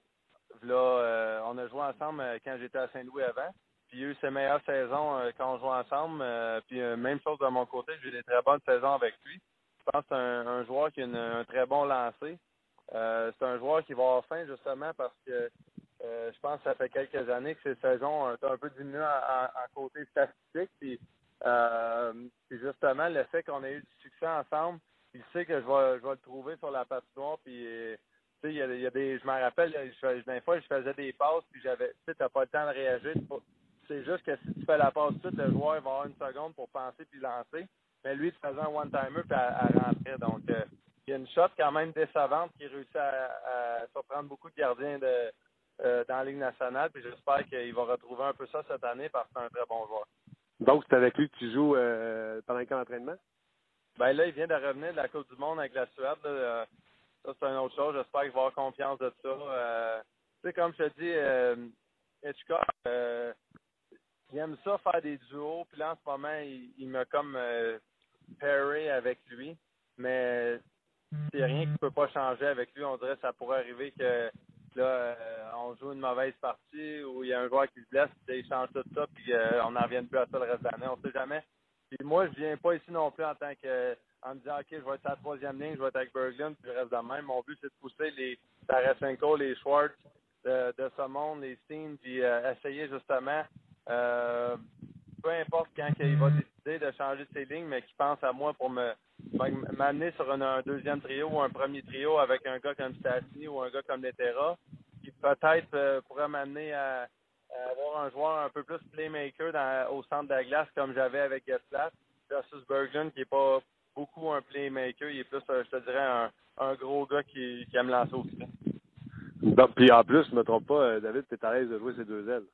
Speaker 6: là, euh, on a joué ensemble euh, quand j'étais à Saint-Louis avant. Puis il y a eu ses meilleures saisons euh, quand on jouait ensemble. Euh, puis euh, même chose de mon côté, j'ai eu des très bonnes saisons avec lui. Je pense que c'est un, un joueur qui a une, un très bon lancer. Euh, c'est un joueur qui va avoir faim justement parce que euh, je pense que ça fait quelques années que ses saisons ont un peu diminué en, en, en côté statistique. Puis, euh, puis justement, le fait qu'on ait eu du succès ensemble, il sait que je vais, je vais le trouver sur la patinoire. Puis tu sais, il y a, il y a des, je me rappelle, je, des fois, je faisais des passes, puis j'avais, tu sais, t'as pas le temps de réagir. C'est juste que si tu fais la passe tout de suite, le joueur va avoir une seconde pour penser puis lancer. Mais lui, il faisait un one-timer puis elle rentrait. Donc, euh, il y a une shot quand même décevante qui réussit à, à surprendre beaucoup de gardiens de, euh, dans la Ligue nationale. Puis j'espère qu'il va retrouver un peu ça cette année parce que c'est un très bon joueur.
Speaker 4: Donc, c'est avec lui que tu joues euh, pendant le camp d'entraînement?
Speaker 6: Ben là, il vient de revenir de la Coupe du Monde avec la Suède. Là. Ça, c'est une autre chose. J'espère qu'il va avoir confiance de ça. Euh, tu sais, comme je te dis, euh, Hitchcock, euh, il aime ça faire des duos. Puis là, en ce moment, il, il m'a comme euh, pairé avec lui. Mais c'est rien qui ne peut pas changer avec lui. On dirait que ça pourrait arriver que là, euh, on joue une mauvaise partie ou il y a un joueur qui se blesse, puis il change tout ça, puis euh, on n'en revient plus à ça le reste de l'année. On ne sait jamais. Puis moi, je viens pas ici non plus en tant que en me disant OK, je vais être à la troisième ligne, je vais être avec Berglund, puis je reste de même. Mon but, c'est de pousser les Tarasenko, les Schwartz de, de ce monde, les Steen, puis euh, essayer justement, euh, peu importe quand il va décider de changer ses lignes, mais qu'il pense à moi pour me m'amener sur un, un deuxième trio ou un premier trio avec un gars comme Stastny ou un gars comme Lettera, qui peut-être euh, pourrait m'amener à, à avoir un joueur un peu plus playmaker dans, au centre de la glace comme j'avais avec Getzlaf versus Berglund qui n'est pas beaucoup un playmaker, il est plus, euh, je te dirais, un, un gros gars qui, qui aime lancer au filet.
Speaker 4: Donc, puis en plus, je ne me trompe pas, euh, David, tu es à l'aise de jouer ces deux ailes.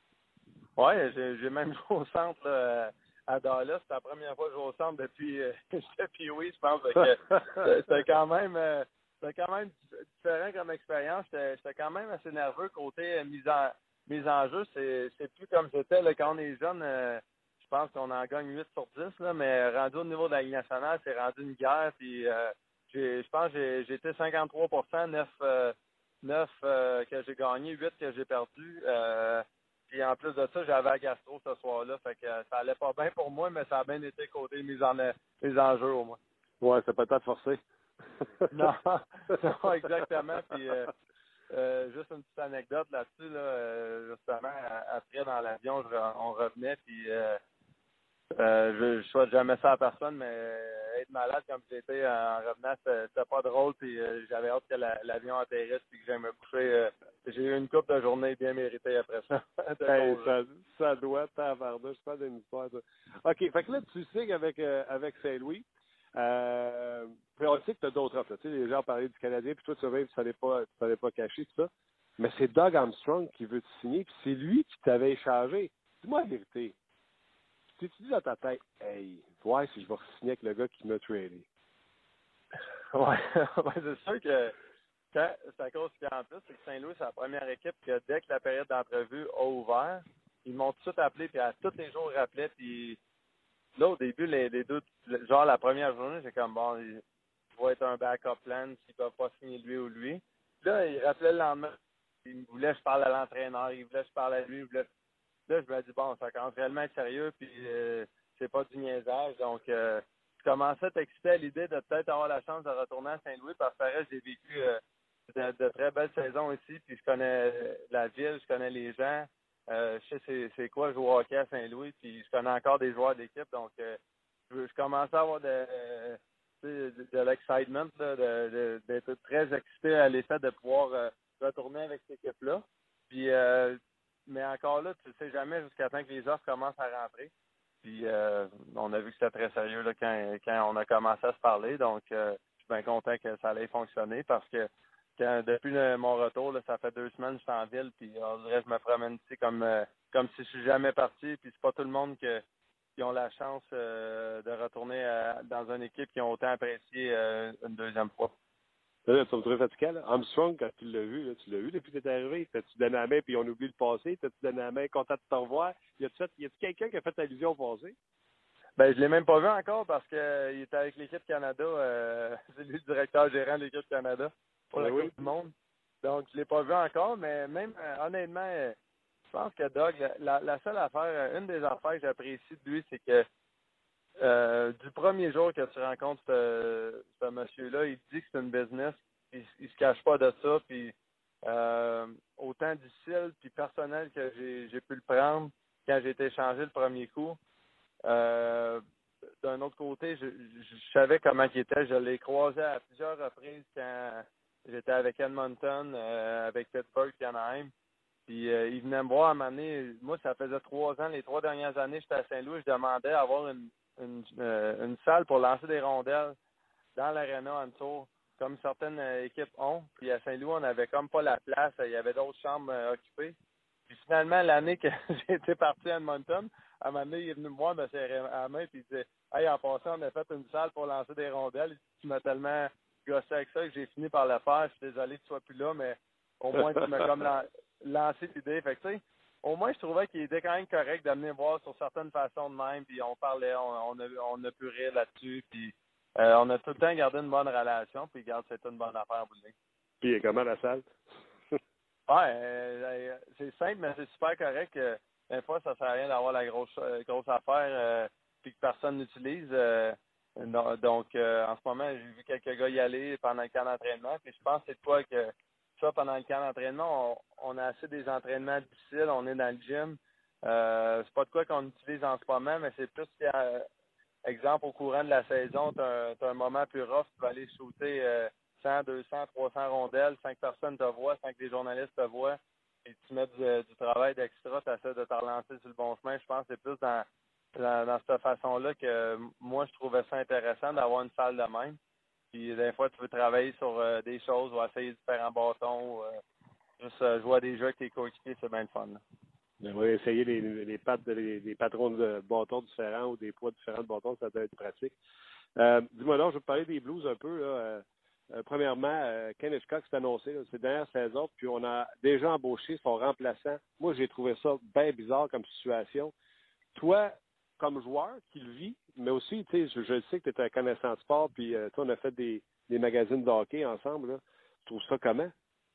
Speaker 6: Oui, j'ai, j'ai même joué au centre là, à Dallas. C'est la première fois que je joue au centre depuis, euh, depuis oui, je pense. Que c'était quand même euh, c'était quand même différent comme expérience. J'étais, j'étais quand même assez nerveux côté euh, mise en mise en jeu. C'est, c'est plus comme c'était là, quand on est jeune. Euh, je pense qu'on en gagne huit sur dix, là, mais rendu au niveau de la Ligue nationale, c'est rendu une guerre. Puis euh, j'ai, je pense que j'ai, j'ai été cinquante-trois pour cent, neuf, euh, neuf euh, que j'ai gagné, huit que j'ai perdu. Euh, Puis en plus de ça, j'avais la gastro ce soir-là. Fait que ça allait pas bien pour moi, mais ça a bien été côté mise en, mise en jeu au moins.
Speaker 4: Ouais, c'est pas tant forcé.
Speaker 6: non, non, exactement. Puis euh, euh, juste une petite anecdote là-dessus, là, euh, justement, après dans l'avion, je, on revenait, puis euh, euh, je, je souhaite jamais ça à personne, mais être malade comme j'étais en revenant, c'était, c'était pas drôle, puis euh, j'avais hâte que la, l'avion atterrisse, puis que j'aille me coucher. Euh, j'ai eu une couple de journées bien méritée après ça.
Speaker 4: Hey, ça, ça doit t'avarder, je pense d'une histoire. Ça. OK, fait que là, tu sais qu'avec euh, avec Saint-Louis, euh, puis on sait que tu as d'autres offres. Tu sais, les gens parlaient du Canadien, puis toi, tu savais, tu ne pas, tu savais pas cacher tout ça. Mais c'est Doug Armstrong qui veut te signer, puis c'est lui qui t'avait échangé. Dis-moi la vérité. Tu t'es dit dans ta tête, hey, ouais, si je vais signer avec le gars qui m'a tradé.
Speaker 6: Ouais, ouais, c'est sûr que quand, c'est à cause qu'en plus, c'est que Saint-Louis, c'est la première équipe que dès que la période d'entrevue a ouvert, ils m'ont tout de suite appelé, puis à tous les jours, ils rappelaient, puis là, au début, les, les deux, genre la première journée, j'ai comme, bon, il va être un backup plan s'ils ne peuvent pas signer lui ou lui. Puis là, ils rappelaient le lendemain, ils me voulaient que je parle à l'entraîneur, ils voulaient que je parle à lui, ils voulaient... Là, je me dis, bon, ça commence réellement à être sérieux, puis euh, c'est pas du niaisage. Donc, euh, je commençais à t'exciter à l'idée de peut-être avoir la chance de retourner à Saint-Louis, parce que pareil, j'ai vécu euh, de, de très belles saisons ici, puis je connais la ville, je connais les gens, euh, je sais c'est, c'est quoi jouer au hockey à Saint-Louis, puis je connais encore des joueurs d'équipe, donc euh, je, je commençais à avoir de, euh, de, de l'excitement, là, de, de, d'être très excité à l'effet de pouvoir euh, retourner avec cette équipe-là. Puis, euh, mais encore là, tu ne sais jamais jusqu'à temps que les offres commencent à rentrer. Puis, euh, on a vu que c'était très sérieux là, quand, quand on a commencé à se parler. Donc, euh, je suis bien content que ça allait fonctionner parce que quand, depuis le, mon retour, là, ça fait deux semaines que je suis en ville. Puis, on dirait que je me promène ici comme, euh, comme si je suis jamais parti. Puis, c'est pas tout le monde que, qui ont la chance euh, de retourner à, dans une équipe qui ont autant apprécié euh, une deuxième fois.
Speaker 4: Là, tu me trouves fatigué, là. Armstrong, quand tu l'as vu, là, tu l'as vu depuis que tu es arrivé. T'as-tu donné la main puis on oublie le passé? T'as-tu donné la main, content de te revoir? Y a-tu fait, y a-tu quelqu'un qui a fait allusion au passé?
Speaker 6: Ben, je l'ai même pas vu encore parce qu'il était avec l'équipe Canada. Euh, c'est lui le directeur gérant de l'équipe Canada pour
Speaker 4: Ben
Speaker 6: la
Speaker 4: oui.
Speaker 6: Coupe du Monde. Donc, je l'ai pas vu encore, mais même, euh, honnêtement, euh, je pense que Doug, la, la seule affaire, une des affaires que j'apprécie de lui, c'est que euh, du premier jour que tu rencontres ce, ce monsieur-là, il dit que c'est une business, il, il se cache pas de ça, puis euh, autant difficile puis personnel que j'ai, j'ai pu le prendre quand j'ai été échangé le premier coup. Euh, d'un autre côté, je, je, je savais comment il était. Je l'ai croisé à plusieurs reprises quand j'étais avec Edmonton, euh, avec Pittsburgh, Anaheim. Puis euh, il venait me voir à un moment donné. Moi, ça faisait trois ans. Les trois dernières années, j'étais à Saint-Louis. Je demandais à avoir une, une, euh, une salle pour lancer des rondelles dans l'aréna en dessous, comme certaines euh, équipes ont. Puis à Saint-Louis, on n'avait comme pas la place. Il y avait d'autres chambres euh, occupées. Puis finalement, l'année que j'ai été parti à Edmonton, à un moment donné, il est venu me voir, me serrer à la main, puis il disait « Hey, en passant, on a fait une salle pour lancer des rondelles. Il dit, tu m'as tellement gossé avec ça que j'ai fini par le faire. Je suis désolé que tu sois plus là, mais au moins, tu m'as comme lan- lancé l'idée. » Fait que, tu sais, au moins, je trouvais qu'il était quand même correct d'amener voir sur certaines façons de même, puis on parlait, on, on, a, on a pu rire là-dessus, puis euh, on a tout le temps gardé une bonne relation, puis regarde, c'était une bonne affaire en bout de ligne.
Speaker 4: Puis il est comment la salle?
Speaker 6: Ouais, euh, c'est simple, mais c'est super correct. Euh, des fois, ça sert à rien d'avoir la grosse euh, grosse affaire euh, puis que personne n'utilise. Euh, non, donc, euh, en ce moment, j'ai vu quelques gars y aller pendant le camp d'entraînement. Puis je pense que c'est quoi que ça, pendant le camp d'entraînement, on, on a assez des entraînements difficiles, on est dans le gym. Euh, c'est pas de quoi qu'on utilise en ce moment, mais c'est plus qu'il y a, exemple, au courant de la saison, tu as, un moment plus rough, tu vas aller shooter euh, cent, deux cents, trois cents rondelles, cinq personnes te voient, cinq des journalistes te voient, et tu mets du, du travail d'extra, tu essaies de te relancer sur le bon chemin. Je pense que c'est plus dans, dans, dans cette façon-là que moi, je trouvais ça intéressant d'avoir une salle de même. Puis des fois, tu veux travailler sur euh, des choses ou essayer différents bâtons, ou, euh, juste euh, jouer à des jeux avec tes coéquipiers, c'est bien le fun. Là.
Speaker 4: On va essayer les, les pattes de, les, les patrons de bâtons différents ou des poids différents de bâtons, ça doit être pratique. Euh, dis-moi donc, je vais te parler des Blues un peu. Là. Euh, euh, premièrement, euh, Ken Hitchcock s'est annoncé, là, c'est dernière saison, puis on a déjà embauché son remplaçant. Moi, j'ai trouvé ça bien bizarre comme situation. Toi, comme joueur qui le vit, mais aussi, tu sais, je, je sais que tu es un connaissant de sport, puis euh, toi, on a fait des, des magazines de hockey ensemble. Là. Tu trouves ça comment?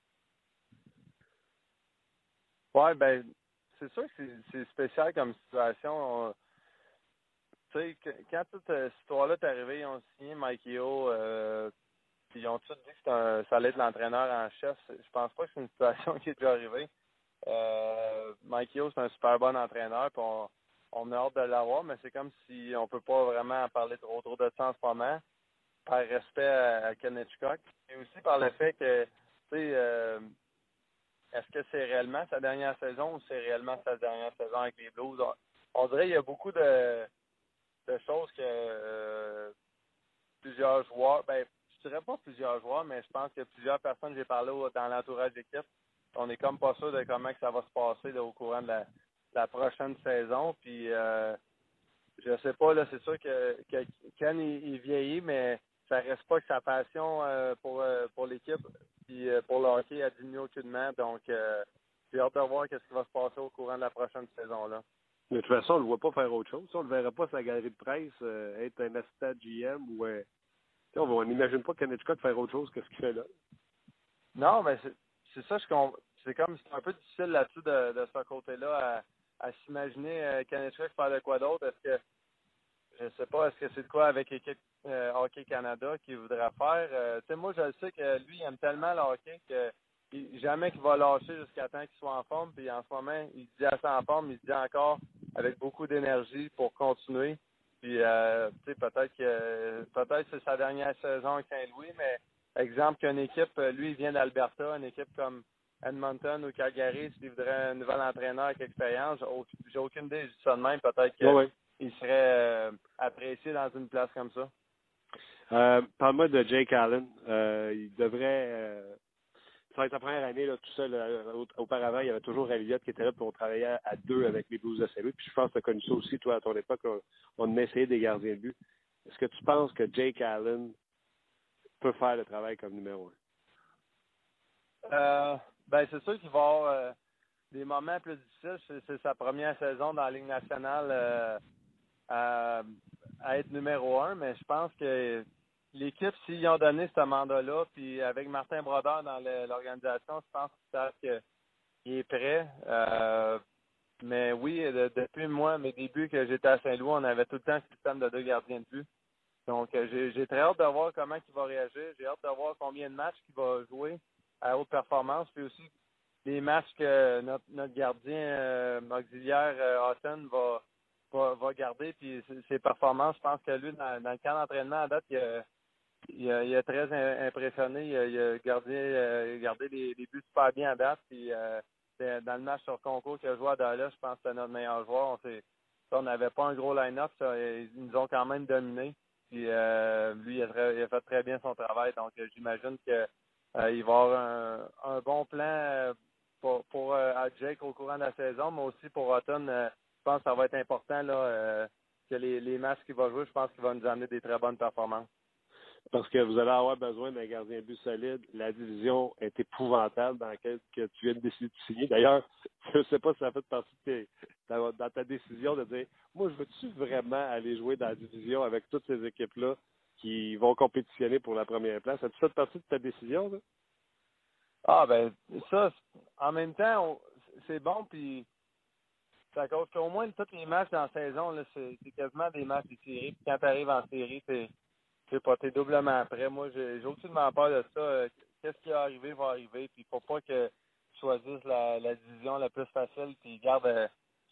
Speaker 6: Ouais, ben, c'est sûr que c'est, c'est spécial comme situation. Tu sais, quand toute cette histoire-là est arrivée, ils ont signé Mike Yeo, euh, puis ils ont tous dit que c'était un, ça allait être l'entraîneur en chef. Je pense pas que c'est une situation qui est déjà arrivée. Euh, Mike Yeo, c'est un super bon entraîneur, puis on, on a hâte de l'avoir, mais c'est comme si on peut pas vraiment en parler trop trop de ça en ce moment, par respect à, à Ken Hitchcock, et aussi par le fait que, tu sais, euh, est-ce que c'est réellement sa dernière saison ou c'est réellement sa dernière saison avec les Blues? On, on dirait qu'il y a beaucoup de, de choses que euh, plusieurs joueurs, ben, je dirais pas plusieurs joueurs, mais je pense que plusieurs personnes que j'ai parlé au, dans l'entourage d'équipe, on est comme pas sûr de comment que ça va se passer là, au courant de la, la prochaine saison. Puis euh, je sais pas, là, c'est sûr que, que Ken il, il vieillit, mais ça reste pas que sa passion euh, pour euh, pour l'équipe puis euh, pour le hockey a diminué aucunement. Donc euh, j'ai hâte de voir qu'est-ce qui va se passer au courant de la prochaine saison là.
Speaker 4: De toute façon, on ne le voit pas faire autre chose. On ne le verra pas sa galerie de presse, euh, être un assistant G M ou euh, on n'imagine pas Ken Hitchcock faire autre chose que ce qu'il fait là.
Speaker 6: Non, mais c'est, c'est ça, je comp- c'est comme c'est un peu difficile là-dessus de, de ce côté-là à, à s'imaginer euh, Ken Hitchcock faire de quoi d'autre. Est-ce que je sais pas, est-ce que c'est de quoi avec l'équipe euh, Hockey Canada qu'il voudrait faire? Euh, tu sais, moi je le sais que lui il aime tellement le hockey que il, jamais qu'il va lâcher jusqu'à temps qu'il soit en forme. Puis en ce moment, il se dit assez en forme, il se dit encore avec beaucoup d'énergie pour continuer. Puis euh, tu sais, peut-être que peut-être que c'est sa dernière saison à Saint-Louis, mais exemple qu'une équipe, lui, il vient d'Alberta, une équipe comme Edmonton ou Calgary, s'il voudrait un nouvel entraîneur avec expérience, j'ai aucune idée, je dis ça de même, peut-être qu'il
Speaker 4: Oui, oui.
Speaker 6: serait euh, apprécié dans une place comme ça.
Speaker 4: Euh, parle-moi de Jake Allen. Euh, il devrait... Euh, ça va être sa première année là, tout seul. Euh, auparavant, il y avait toujours Elliott qui était là, puis on travaillait à, à deux avec les Blues de Saint-Louis. Puis je pense que tu as connu ça aussi, toi, à ton époque. On, on essayait des gardiens de but. Est-ce que tu penses que Jake Allen peut faire le travail comme numéro un?
Speaker 6: Euh, ben, c'est sûr qu'il va y avoir euh, des moments plus difficiles. C'est, c'est sa première saison dans la Ligue nationale euh, à, à être numéro un, mais je pense que l'équipe, s'ils ont donné ce mandat-là, puis avec Martin Brodeur dans le, l'organisation, je pense qu'ils savent qu'il est prêt. Euh, mais oui, de, depuis moi, mes débuts que j'étais à Saint-Louis, on avait tout le temps un système de deux gardiens de but. Donc, euh, j'ai, j'ai très hâte de voir comment il va réagir. J'ai hâte de voir combien de matchs il va jouer à haute performance, puis aussi les matchs que notre, notre gardien euh, auxiliaire euh, Houghton va, va, va garder, puis ses, ses performances. Je pense que lui, dans, dans le camp d'entraînement, à date, il a, il a, il a très impressionné. Il a, il a gardé, euh, gardé les, les buts super bien à date. Puis, euh, dans le match sur concours qu'il a joué à Dallas, je pense que c'était notre meilleur joueur. On s'est, on n'avait pas un gros line-up. Ça, ils nous ont quand même dominé. Puis euh, lui, il a, très, il a fait très bien son travail. Donc, euh, j'imagine qu'il euh, va avoir un, un bon plan euh, pour, pour euh, à Jake au courant de la saison, mais aussi pour Houghton. Euh, je pense que ça va être important là, euh, que les, les matchs qu'il va jouer, je pense qu'il va nous amener des très bonnes performances.
Speaker 4: Parce que vous allez avoir besoin d'un gardien de but solide. La division est épouvantable dans laquelle que tu viens de décider de signer. D'ailleurs, je ne sais pas si ça fait partie de tes, dans, dans ta décision de dire moi, je veux-tu vraiment aller jouer dans la division avec toutes ces équipes-là qui vont compétitionner pour la première place? As-tu fait partie de ta décision, là?
Speaker 6: Ah, ben, ça, en même temps, on, c'est bon, puis ça cause qu'au moins tous les matchs dans la saison, là, c'est, c'est quasiment des matchs de série. Puis quand tu arrives en série, c'est Je sais pas, t'es doublement prêt. Moi, j'ai, j'ai aucunement peur de ça. Euh, Qu'est-ce qui va arriver, va arriver. Puis, il faut pas que tu choisisses la, la division la plus facile. Puis, garde, euh,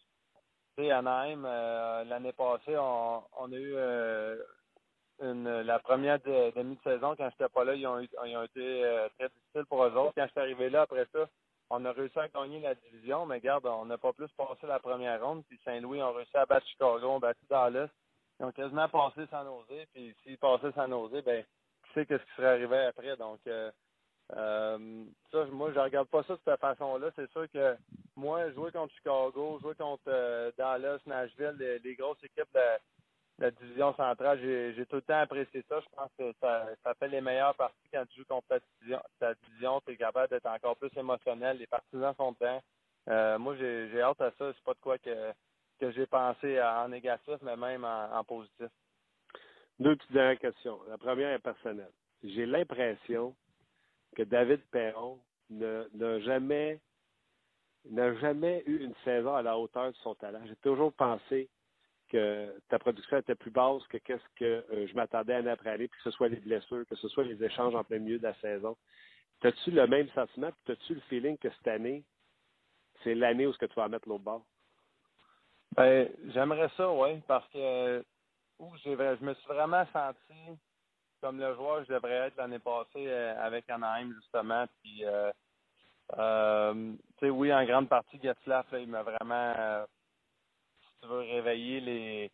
Speaker 6: tu sais, Anaheim, euh, l'année passée, on, on a eu euh, une, la première de, demi de saison. Quand j'étais pas là, ils ont, eu, ils ont été euh, très difficiles pour eux autres. Quand je suis arrivé là, après ça, on a réussi à gagner la division. Mais garde, on n'a pas plus passé la première ronde. Puis, Saint-Louis ont réussi à battre Chicago, ont battu Dallas. Ils ont quasiment passé San Jose, puis s'ils passaient San Jose, ben, qui sait qu'est-ce qui serait arrivé après. Donc, euh, euh, ça, moi, je regarde pas ça de cette façon-là. C'est sûr que moi, jouer contre Chicago, jouer contre euh, Dallas, Nashville, les, les grosses équipes de, de la division centrale, j'ai, j'ai tout le temps apprécié ça. Je pense que ça, ça fait les meilleures parties quand tu joues contre ta division. Ta division, tu es capable d'être encore plus émotionnel. Les partisans sont dedans. Euh, moi, j'ai, j'ai hâte à ça. C'est pas de quoi que que j'ai pensé en négatif, mais même en, en positif.
Speaker 4: Deux petites dernières questions. La première est personnelle. J'ai l'impression que David Perron ne, n'a jamais n'a jamais eu une saison à la hauteur de son talent. J'ai toujours pensé que ta production était plus basse que qu'est-ce que euh, je m'attendais année après année, puis que ce soit les blessures, que ce soit les échanges en plein milieu de la saison. As-tu le même sentiment, puis as-tu le feeling que cette année, c'est l'année où ce que tu vas mettre l'autre bord?
Speaker 6: Ben, j'aimerais ça, oui, parce que où j'ai, je me suis vraiment senti comme le joueur que je devrais être l'année passée euh, avec Anaheim, justement. Puis, euh, euh, tu sais, oui, en grande partie, Getzlaff, là, il m'a vraiment, euh, si tu veux, réveiller les,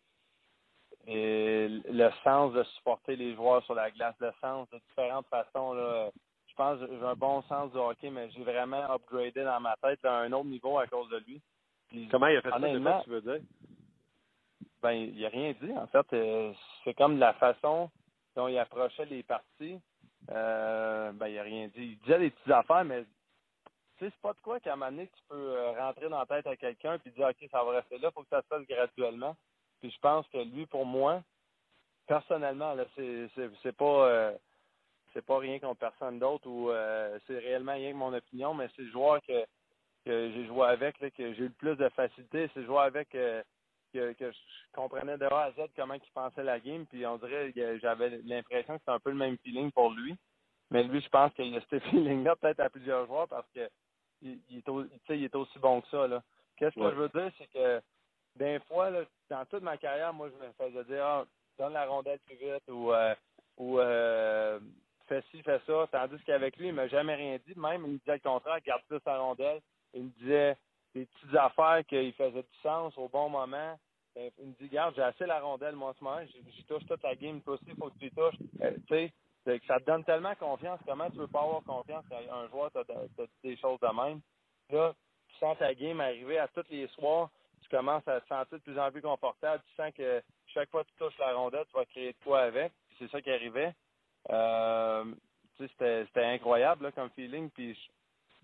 Speaker 6: les, le sens de supporter les joueurs sur la glace, le sens de différentes façons. Là. Je pense que j'ai un bon sens du hockey, mais j'ai vraiment upgradé dans ma tête là, à un autre niveau à cause de lui. Puis,
Speaker 4: comment il a fait ça,
Speaker 6: honnêtement,
Speaker 4: c'est ça que tu veux dire?
Speaker 6: Ben, il n'a rien dit. En fait, euh, c'est comme la façon dont il approchait les parties. Euh, ben, il n'a rien dit. Il disait des petites affaires, mais tu sais, c'est pas de quoi qu'à un moment donné, tu peux euh, rentrer dans la tête à quelqu'un et dire OK, ça va rester là, il faut que ça se fasse graduellement. Puis je pense que lui, pour moi, personnellement, là, c'est, c'est, c'est pas euh, c'est pas rien contre personne d'autre ou euh, c'est réellement rien que mon opinion, mais c'est le joueur que, que j'ai joué avec, là, que j'ai eu le plus de facilité. C'est le joueur avec euh, Que, que je comprenais de A à Z comment il pensait la game, puis on dirait que j'avais l'impression que c'était un peu le même feeling pour lui. Mais lui, je pense qu'il a ce feeling-là peut-être à plusieurs joueurs parce que il, il, est, au, il est aussi bon que ça. Là. Qu'est-ce que
Speaker 4: Ouais.
Speaker 6: je veux dire, c'est que des fois, là, dans toute ma carrière, moi, je me faisais dire ah, donne la rondelle plus vite ou, euh, ou euh, fais ci, fais ça. Tandis qu'avec lui, il m'a jamais rien dit. Même, il me disait le contraire, garde plus la rondelle. Il me disait des petites affaires qu'il faisait du sens au bon moment. Il me dit, regarde, j'ai assez la rondelle, moi, en ce moment. Je touche toute la game. Toi aussi, il faut que tu y touches. Euh, tu sais, ça te donne tellement confiance. Comment tu veux pas avoir confiance quand un joueur t'a des choses de même? Là, tu sens ta game arriver à tous les soirs. Tu commences à te sentir de plus en plus confortable. Tu sens que chaque fois que tu touches la rondelle, tu vas créer de quoi avec. C'est ça qui arrivait. Euh, tu sais, c'était, c'était incroyable là, comme feeling. Puis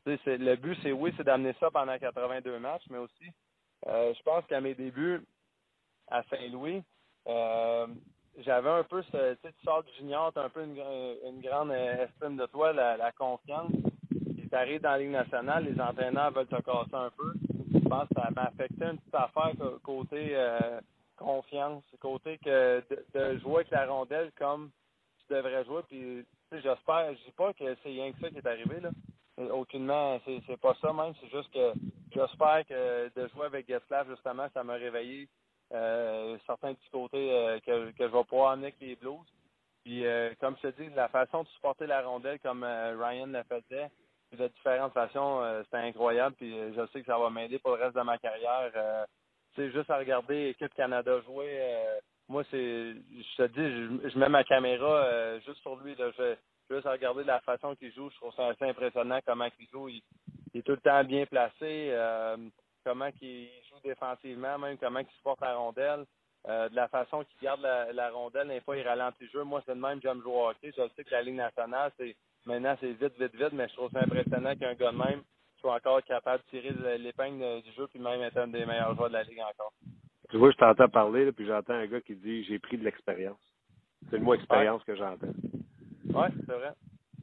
Speaker 6: c'est, le but, c'est oui, c'est d'amener ça pendant quatre-vingt-deux matchs, mais aussi, euh, je pense qu'à mes débuts à Saint-Louis, euh, j'avais un peu ce, tu sais, tu sors du junior, tu as un peu une, une grande estime de toi, la, la confiance. Puis tu arrives dans la Ligue nationale, les entraîneurs veulent te casser un peu. Je pense que ça m'a affecté une petite affaire côté euh, confiance, côté que de, de jouer avec la rondelle comme tu devrais jouer. Puis tu sais, j'espère, je dis pas que c'est rien que ça qui est arrivé, là. Aucunement, c'est, c'est pas ça même, c'est juste que j'espère que de jouer avec Getzlaf, justement, ça m'a réveillé euh, certains petits côtés euh, que, que je vais pouvoir amener avec les Blues. Puis, euh, comme je te dis, la façon de supporter la rondelle comme euh, Ryan le faisait, de différentes façons, euh, c'était incroyable. Puis, euh, je sais que ça va m'aider pour le reste de ma carrière. Euh, tu sais, juste à regarder l'équipe Canada jouer, euh, moi, c'est, je te dis, je, je mets ma caméra euh, juste sur lui. Là, je, juste à regarder la façon qu'il joue, je trouve ça assez impressionnant comment il joue. Il, il est tout le temps bien placé, euh, comment il joue défensivement, même comment il supporte la rondelle. Euh, de la façon qu'il garde la, la rondelle, des fois il ralentit le jeu. Moi, c'est de même, j'aime jouer au hockey. Je sais que la Ligue nationale, c'est maintenant c'est vite, vite, vite, mais je trouve ça impressionnant qu'un gars de même soit encore capable de tirer l'épingle du jeu puis même être un des meilleurs joueurs de la Ligue encore.
Speaker 4: Tu vois, je t'entends parler, là, puis j'entends un gars qui dit « j'ai pris de l'expérience ». C'est le mot « expérience »
Speaker 6: ouais.
Speaker 4: que j'entends.
Speaker 6: Oui, c'est vrai.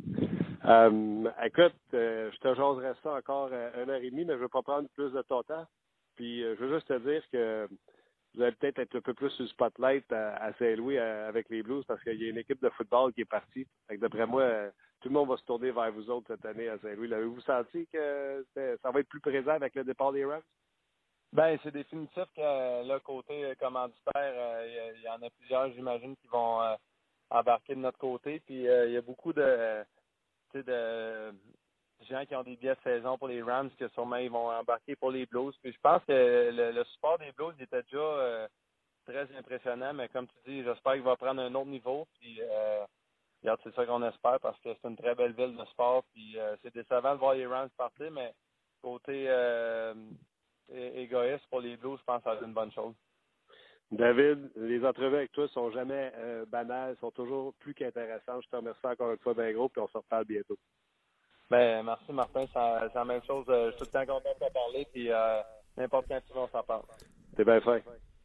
Speaker 4: Euh, écoute, euh, je te jaserai ça encore euh, une heure et demie, mais je ne veux pas prendre plus de ton temps. Puis euh, je veux juste te dire que vous allez peut-être être un peu plus sur le spotlight à, à Saint-Louis à, avec les Blues parce qu'il y a une équipe de football qui est partie. Fait que d'après moi, euh, tout le monde va se tourner vers vous autres cette année à Saint-Louis. L'avez-vous senti que ça va être plus présent avec le départ des Rams?
Speaker 6: Ben, c'est définitif que là, côté commanditaire, euh, il y, y en a plusieurs, j'imagine, qui vont euh, embarquer de notre côté. Puis euh, il y a beaucoup de, tu sais, de gens qui ont des billets de saison pour les Rams que sûrement ils vont embarquer pour les Blues. Puis je pense que le, le support des Blues était déjà euh, très impressionnant, mais comme tu dis, j'espère qu'il va prendre un autre niveau. Puis euh, regarde, c'est ça qu'on espère parce que c'est une très belle ville de sport. Puis euh, c'est décevant de voir les Rams partir, mais côté euh, égoïste pour les Blues, je pense que ça va être une bonne chose.
Speaker 4: David, les entrevues avec toi sont jamais euh, banales, sont toujours plus qu'intéressantes. Je te remercie encore une fois bien gros, puis on se reparle bientôt.
Speaker 6: Ben, merci Martin, c'est la même chose. Je suis tout le temps content de te parler, puis euh, n'importe quand tu vas, on s'en parle.
Speaker 4: T'es bien fin.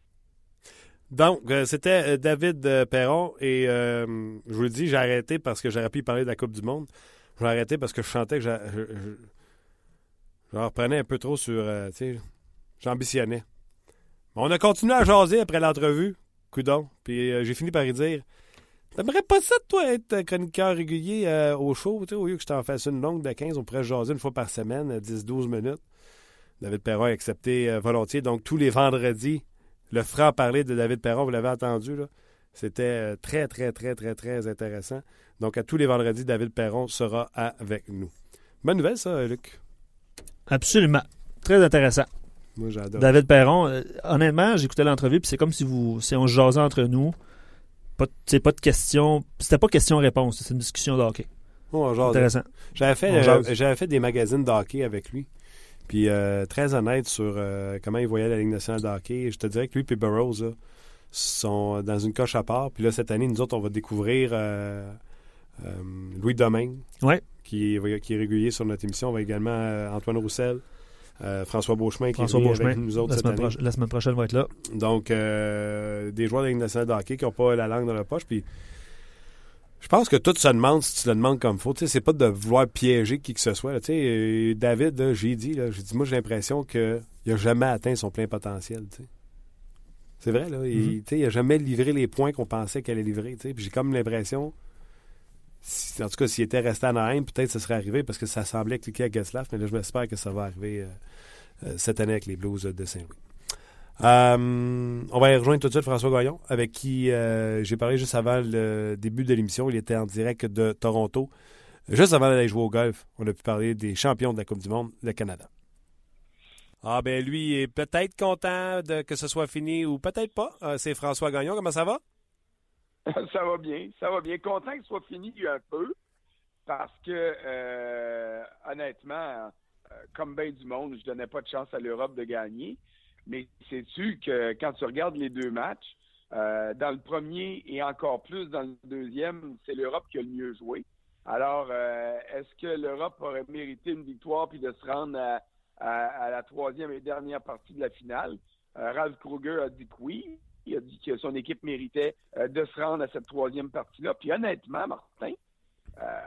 Speaker 1: Donc, euh, c'était euh, David euh, Perron, et euh, je vous le dis, j'ai arrêté parce que j'aurais pu parler de la Coupe du Monde. J'ai arrêté parce que je sentais que je, je, je, je reprenais un peu trop sur, euh, tu sais, j'ambitionnais. On a continué à jaser après l'entrevue, coudon, puis euh, j'ai fini par y dire « T'aimerais pas ça, toi, être chroniqueur régulier euh, au show? Tu sais, au lieu que je t'en fasse une longue de quinze, on pourrait jaser une fois par semaine, dix à douze minutes. » David Perron a accepté euh, volontiers. Donc, tous les vendredis, le franc-parler de David Perron, vous l'avez entendu, là, c'était euh, très, très, très, très, très intéressant. Donc, à tous les vendredis, David Perron sera avec nous. Bonne nouvelle, ça, Luc.
Speaker 2: Absolument. Très intéressant.
Speaker 1: Moi, j'adore.
Speaker 2: David Perron, euh, honnêtement, j'écoutais l'entrevue, puis c'est comme si vous, si on se jasait entre nous. Pas de, pas de questions. C'était pas question-réponse, c'est une discussion de hockey.
Speaker 1: Oh, on jase.
Speaker 2: Intéressant.
Speaker 1: J'avais fait, euh, j'avais fait des magazines de hockey avec lui. Puis euh, très honnête sur euh, comment il voyait la Ligue nationale de hockey. Je te dirais que lui et Burroughs là, sont dans une coche à part. Puis là, cette année, nous autres, on va découvrir euh, euh, Louis Domingue,
Speaker 2: ouais.
Speaker 1: qui, qui est régulier sur notre émission. On va également euh, Antoine Roussel. Euh, François Beauchemin qui
Speaker 2: François
Speaker 1: est
Speaker 2: Beauchemin,
Speaker 1: avec nous autres
Speaker 2: la
Speaker 1: cette
Speaker 2: semaine,
Speaker 1: année.
Speaker 2: Pro- la semaine prochaine va être là.
Speaker 1: Donc, euh, des joueurs de la Ligue nationale de hockey qui n'ont pas la langue dans leur poche. Puis, je pense que tout se demande si tu le demandes comme il faut. Tu sais, c'est pas de vouloir piéger qui que ce soit. Tu sais, David, là, j'ai dit, là, j'ai dit, moi, j'ai l'impression qu'il n'a jamais atteint son plein potentiel. Tu sais. C'est vrai, là. Il,
Speaker 2: mm-hmm.
Speaker 1: tu sais, il n'a jamais livré les points qu'on pensait qu'elle allait livrer. Tu sais. Puis j'ai comme l'impression, si, en tout cas, s'il était resté à Anaheim, peut-être que ça serait arrivé parce que ça semblait cliquer à Getzlaf. Mais là, je m'espère que ça va arriver euh, euh, cette année avec les Blues de Saint-Louis. Euh, on va y rejoindre tout de suite François Gagnon, avec qui euh, j'ai parlé juste avant le début de l'émission. Il était en direct de Toronto. Juste avant d'aller jouer au golf, on a pu parler des champions de la Coupe du Monde, le Canada. Ah ben lui, il est peut-être content de que ce soit fini ou peut-être pas. Euh, c'est François Gagnon, comment ça va?
Speaker 7: Ça va bien, ça va bien. Content que ce soit fini un peu, parce que euh, honnêtement, euh, comme bien du monde, je donnais pas de chance à l'Europe de gagner. Mais sais-tu que quand tu regardes les deux matchs, euh, dans le premier et encore plus dans le deuxième, c'est l'Europe qui a le mieux joué. Alors, euh, est-ce que l'Europe aurait mérité une victoire puis de se rendre à, à, à la troisième et dernière partie de la finale? Euh, Ralph Kruger a dit que oui. Il a dit que son équipe méritait euh, de se rendre à cette troisième partie-là. Puis honnêtement, Martin, il euh,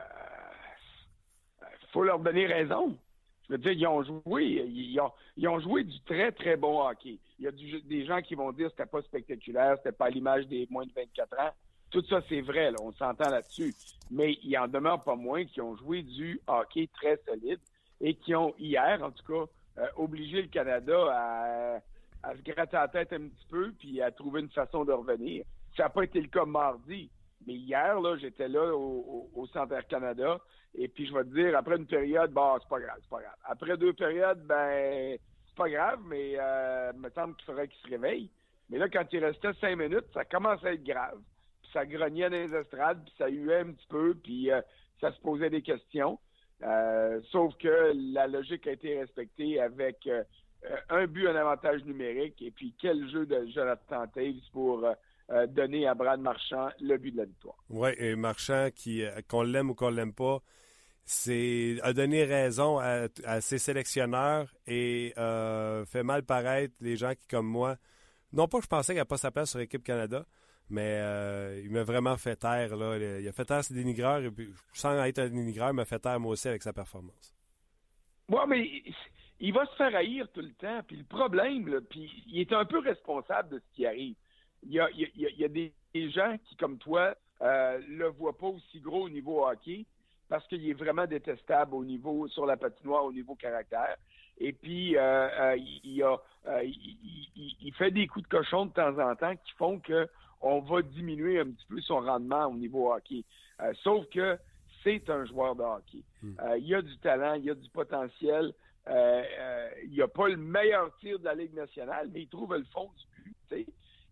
Speaker 7: faut leur donner raison. Je veux dire, ils ont joué, ils ont, ils ont joué du très, très bon hockey. Il y a du, des gens qui vont dire que c'était pas spectaculaire, c'était pas à l'image des moins de vingt-quatre ans. Tout ça, c'est vrai, là, on s'entend là-dessus. Mais il en demeure pas moins qui ont joué du hockey très solide et qui ont, hier, en tout cas, euh, obligé le Canada à, à se gratter la tête un petit peu puis à trouver une façon de revenir. Ça n'a pas été le cas mardi. Mais hier, là, j'étais là au, au, au Centre Canada et puis je vais te dire, après une période, bon, c'est pas grave, c'est pas grave. Après deux périodes, ben, c'est pas grave, mais euh, il me semble qu'il faudrait qu'il se réveille. Mais là, quand il restait cinq minutes, ça commence à être grave. Ça grognait dans les estrades, puis ça huait un petit peu, puis euh, ça se posait des questions. Euh, sauf que la logique a été respectée avec euh, un but, un avantage numérique, et puis quel jeu de Jonathan Toews pour euh, euh, donner à Brad Marchand le but de la victoire.
Speaker 1: Oui, et Marchand, qui, qu'on l'aime ou qu'on l'aime pas, c'est a donné raison à, à ses sélectionneurs et euh, fait mal paraître les gens qui, comme moi, non pas que je pensais qu'il n'avait pas sa place sur l'équipe Canada, mais euh, il m'a vraiment fait taire. Là. Il a fait taire ses dénigreurs, et puis, sans être un dénigreur, il m'a fait taire moi aussi avec sa performance.
Speaker 7: Oui, mais il va se faire haïr tout le temps. Puis le problème, là, puis il est un peu responsable de ce qui arrive. Il y a, il y a, il y a des, des gens qui, comme toi, euh, le voient pas aussi gros au niveau hockey parce qu'il est vraiment détestable au niveau sur la patinoire, au niveau caractère. Et puis, euh, euh, il, a, euh, il, il, il fait des coups de cochon de temps en temps qui font que on va diminuer un petit peu son rendement au niveau hockey. Euh, sauf que c'est un joueur de hockey. Mm. Euh, il a du talent, il a du potentiel. Euh, euh, il n'a pas le meilleur tir de la Ligue nationale, mais il trouve le fond du but. Tu sais.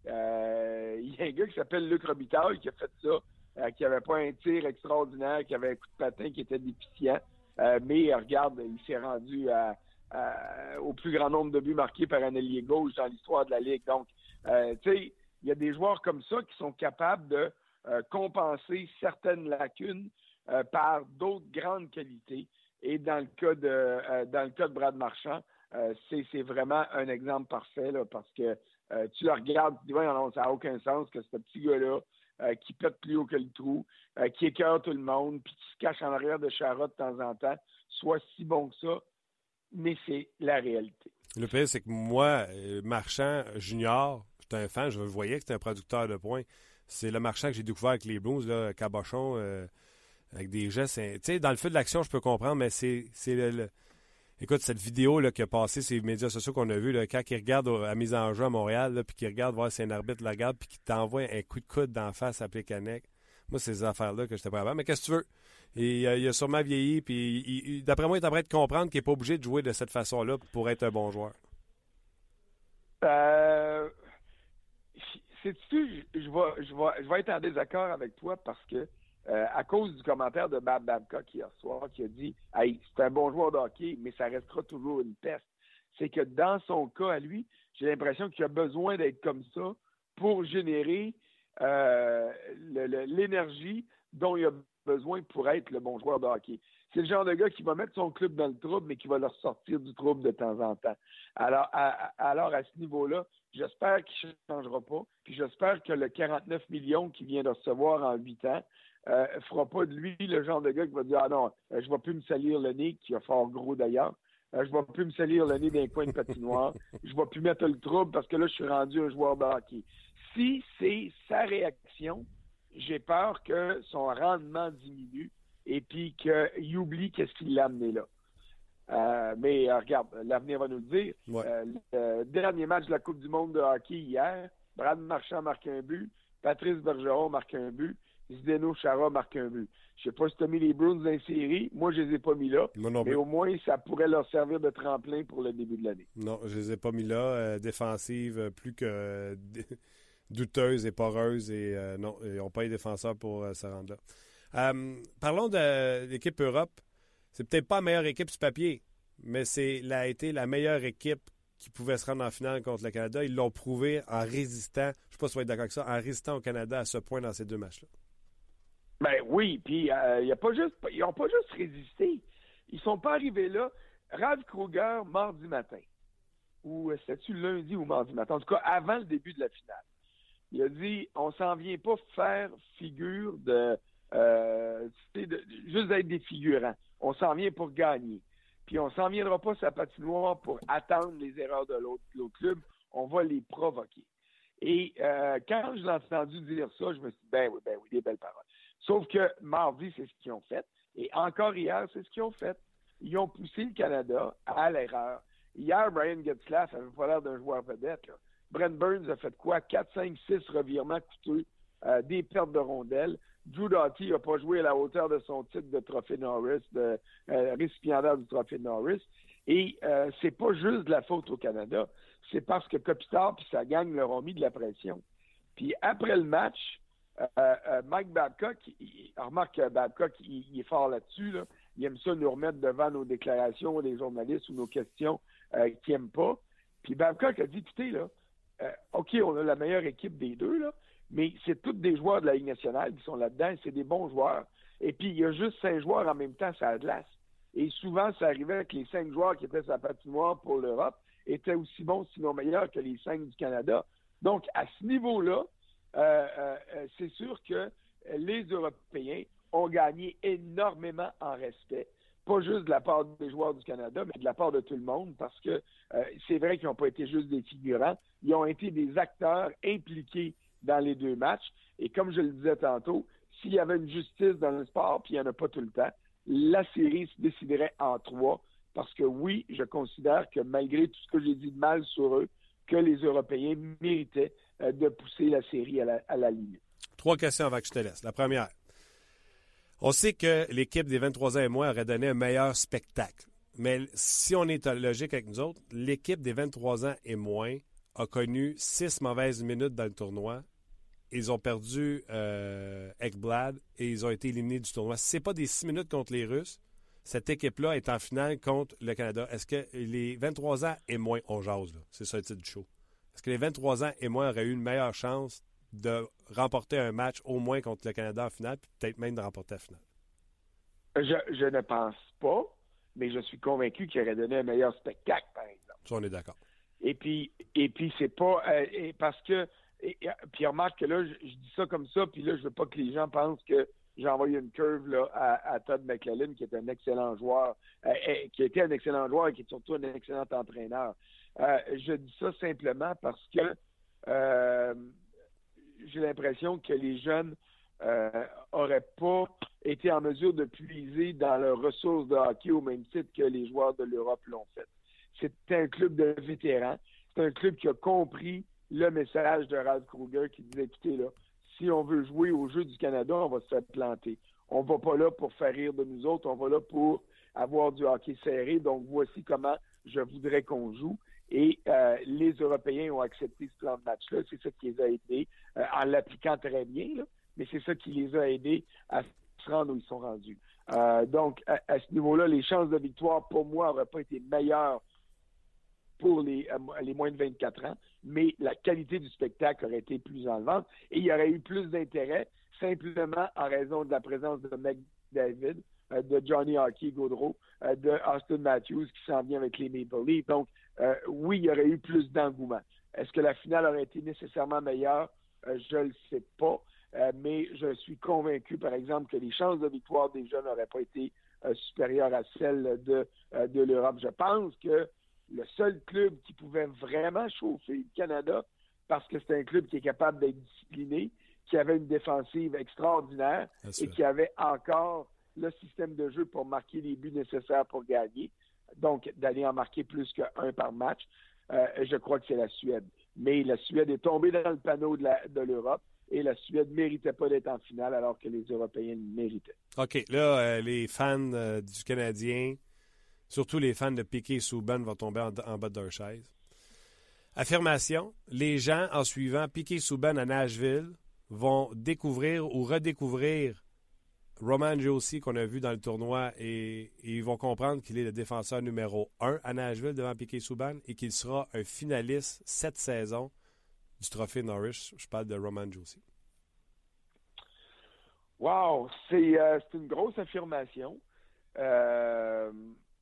Speaker 7: Euh, il y a un gars qui s'appelle Luc Robitaille qui a fait ça, euh, qui n'avait pas un tir extraordinaire, qui avait un coup de patin qui était déficient. Euh, mais regarde, il s'est rendu à, à, au plus grand nombre de buts marqués par un ailier gauche dans l'histoire de la Ligue. Donc, euh, tu sais, il y a des joueurs comme ça qui sont capables de euh, compenser certaines lacunes euh, par d'autres grandes qualités. Et dans le cas de euh, dans le cas de Brad Marchand, euh, c'est, c'est vraiment un exemple parfait là, parce que euh, tu le regardes, tu dis ouais, non, ça n'a aucun sens que ce petit gars-là euh, qui pète plus haut que le trou, euh, qui écœure tout le monde, puis qui se cache en arrière de Chara de temps en temps, soit si bon que ça, mais c'est la réalité.
Speaker 1: Le pire, c'est que moi, Marchand Junior, j'étais un fan, je le voyais que c'était un producteur de points. C'est le Marchand que j'ai découvert avec les Blues, là, Cabochon, euh, avec des gestes. Tu sais, dans le feu de l'action, je peux comprendre, mais c'est, c'est le, le... Écoute, cette vidéo là, qui a passé sur les médias sociaux qu'on a vu, là, quand il regarde à la mise en jeu à Montréal, là, puis qu'il regarde voir si un arbitre la regarde, puis qu'il t'envoie un coup de coude d'en face à Plekanec. Moi, c'est ces affaires-là que j'étais pas avant. Mais qu'est-ce que tu veux? Et, euh, il a sûrement vieilli, puis il, il, d'après moi, il est en train de comprendre qu'il n'est pas obligé de jouer de cette façon-là pour être un bon joueur.
Speaker 7: Euh... Sais-tu, je, je, vais, je, vais, je vais être en désaccord avec toi parce que Euh, à cause du commentaire de Bob Babcock hier soir qui a dit « Hey, c'est un bon joueur de hockey, mais ça restera toujours une peste. » C'est que dans son cas à lui, j'ai l'impression qu'il a besoin d'être comme ça pour générer euh, le, le, l'énergie dont il a besoin pour être le bon joueur de hockey. C'est le genre de gars qui va mettre son club dans le trouble, mais qui va leur sortir du trouble de temps en temps. Alors, à, à, alors, à ce niveau-là, j'espère qu'il ne changera pas, puis j'espère que le quarante-neuf millions qu'il vient de recevoir en huit ans Euh, fera pas de lui le genre de gars qui va dire « Ah non, euh, je vais plus me salir le nez, qui a fort gros d'ailleurs, euh, je vais plus me salir le nez d'un coin de patinoire, je vais plus mettre le trouble parce que là, je suis rendu un joueur de hockey. » Si c'est sa réaction, j'ai peur que son rendement diminue et puis qu'il oublie qu'est-ce qui l'a amené là. Euh, mais euh, regarde, l'avenir va nous le dire.
Speaker 1: Ouais.
Speaker 7: Euh, le dernier match de la Coupe du monde de hockey hier, Brad Marchand marque un but, Patrice Bergeron marque un but, Zdeno Chara marque un but. Je sais pas si tu as mis les Bruins dans les séries. Moi, je les ai pas mis là.
Speaker 1: Moi non
Speaker 7: mais
Speaker 1: plus.
Speaker 7: au moins, ça pourrait leur servir de tremplin pour le début de l'année.
Speaker 1: Non, je les ai pas mis là. Euh, défensive, euh, plus que euh, douteuse et poreuse. Et euh, non, ils n'ont pas les défenseurs pour euh, se rendre là. Euh, parlons de l'équipe Europe. C'est peut-être pas la meilleure équipe sur papier, mais c'est a été la meilleure équipe qui pouvait se rendre en finale contre le Canada. Ils l'ont prouvé en résistant, je ne sais pas si vous êtes d'accord avec ça, en résistant au Canada à ce point dans ces deux matchs-là.
Speaker 7: Ben oui, puis euh, y a pas juste, ils n'ont pas juste résisté. Ils sont pas arrivés là. Ralph Kruger, mardi matin, ou c'était-tu lundi ou mardi matin, en tout cas avant le début de la finale, il a dit on s'en vient pas faire figure de, euh, de juste d'être des figurants. On s'en vient pour gagner. Puis on s'en viendra pas sur la patinoire pour attendre les erreurs de l'autre, l'autre club. On va les provoquer. Et euh, quand je l'ai entendu dire ça, je me suis dit, ben oui, ben oui, des belles paroles. Sauf que mardi, c'est ce qu'ils ont fait. Et encore hier, c'est ce qu'ils ont fait. Ils ont poussé le Canada à l'erreur. Hier, Brian Getzlaf avait pas l'air d'un joueur vedette. Là. Brent Burns a fait quoi? quatre, cinq, six revirements coûteux, euh, des pertes de rondelles. Drew Doughty n'a pas joué à la hauteur de son titre de trophée Norris, de euh, récipiendaire du trophée Norris. Et euh, c'est pas juste de la faute au Canada. C'est parce que Kopitar et sa gang leur ont mis de la pression. Puis après le match, euh, euh, Mike Babcock, il, remarque que Babcock, il, il est fort là-dessus. Là. Il aime ça nous remettre devant nos déclarations des journalistes ou nos questions euh, qu'il n'aime pas. Puis Babcock a dit, écoutez, là, euh, OK, on a la meilleure équipe des deux, là, mais c'est tous des joueurs de la Ligue nationale qui sont là-dedans, et c'est des bons joueurs. Et puis, il y a juste cinq joueurs en même temps sur la glace. Et souvent, ça arrivait que les cinq joueurs qui étaient sur la patinoire pour l'Europe étaient aussi bons, sinon meilleurs que les cinq du Canada. Donc, à ce niveau-là, euh, euh, c'est sûr que les Européens ont gagné énormément en respect. Pas juste de la part des joueurs du Canada, mais de la part de tout le monde, parce que euh, c'est vrai qu'ils n'ont pas été juste des figurants. Ils ont été des acteurs impliqués dans les deux matchs. Et comme je le disais tantôt, s'il y avait une justice dans le sport, puis il n'y en a pas tout le temps, la série se déciderait en trois. Parce que oui, je considère que malgré tout ce que j'ai dit de mal sur eux, que les Européens méritaient euh, de pousser la série à la, à la limite.
Speaker 1: Trois questions avant que je te laisse. La première. On sait que l'équipe des vingt-trois ans et moins aurait donné un meilleur spectacle. Mais si on est logique avec nous autres, l'équipe des vingt-trois ans et moins a connu six mauvaises minutes dans le tournoi. Ils ont perdu euh, Ekblad et ils ont été éliminés du tournoi. Si ce n'est pas des six minutes contre les Russes, cette équipe-là est en finale contre le Canada. Est-ce que les vingt-trois ans et moins, on jase, là, c'est ça le titre du show. Est-ce que les vingt-trois ans et moins auraient eu une meilleure chance de remporter un match au moins contre le Canada en finale, puis peut-être même de remporter la finale?
Speaker 7: Je, je ne pense pas, mais je suis convaincu qu'il aurait donné un meilleur spectacle, par exemple.
Speaker 1: Ça, on est d'accord.
Speaker 7: Et puis, et puis c'est pas... Euh, et parce que... Et, et, puis remarque que là, je, je dis ça comme ça, puis là, je veux pas que les gens pensent que j'ai envoyé une curve là, à, à Todd McLellan, qui est un excellent joueur, euh, et, qui était un excellent joueur et qui est surtout un excellent entraîneur. Euh, je dis ça simplement parce que euh, j'ai l'impression que les jeunes euh, auraient pas été en mesure de puiser dans leurs ressources de hockey au même titre que les joueurs de l'Europe l'ont fait. C'est un club de vétérans. C'est un club qui a compris le message de Ralph Kruger qui disait, écoutez, là, si on veut jouer au jeu du Canada, on va se faire planter. On va pas là pour faire rire de nous autres, on va là pour avoir du hockey serré. Donc, voici comment je voudrais qu'on joue. Et euh, les Européens ont accepté ce plan de match-là. C'est ça qui les a aidés, euh, en l'appliquant très bien, là, mais c'est ça qui les a aidés à se rendre où ils sont rendus. Euh, donc, à, à ce niveau-là, les chances de victoire, pour moi, n'auraient pas été meilleures pour les, euh, les moins de vingt-quatre ans, mais la qualité du spectacle aurait été plus enlevante et il y aurait eu plus d'intérêt simplement en raison de la présence de McDavid, euh, de Johnny Hockey Gaudreau, euh, de Austin Matthews qui s'en vient avec les Maple Leafs. Donc, euh, oui, il y aurait eu plus d'engouement. Est-ce que la finale aurait été nécessairement meilleure? Euh, je ne le sais pas, euh, mais je suis convaincu, par exemple, que les chances de victoire des jeunes n'auraient pas été euh, supérieures à celles de, euh, de l'Europe. Je pense que le seul club qui pouvait vraiment chauffer le Canada, parce que c'est un club qui est capable d'être discipliné, qui avait une défensive extraordinaire et qui avait encore le système de jeu pour marquer les buts nécessaires pour gagner, donc d'aller en marquer plus qu'un par match, euh, je crois que c'est la Suède. Mais la Suède est tombée dans le panneau de, la, de l'Europe et la Suède ne méritait pas d'être en finale alors que les Européens le méritaient.
Speaker 1: OK, là, euh, les fans euh, du Canadien... Surtout les fans de Piquet Souban vont tomber en, en bas de leur chaise. Affirmation, les gens, en suivant Piquet Souban à Nashville, vont découvrir ou redécouvrir Roman Josi qu'on a vu dans le tournoi et, et ils vont comprendre qu'il est le défenseur numéro un à Nashville devant Piquet Souban et qu'il sera un finaliste cette saison du trophée Norris. Je parle de Roman Josi.
Speaker 7: Wow! C'est, euh, c'est une grosse affirmation. Euh...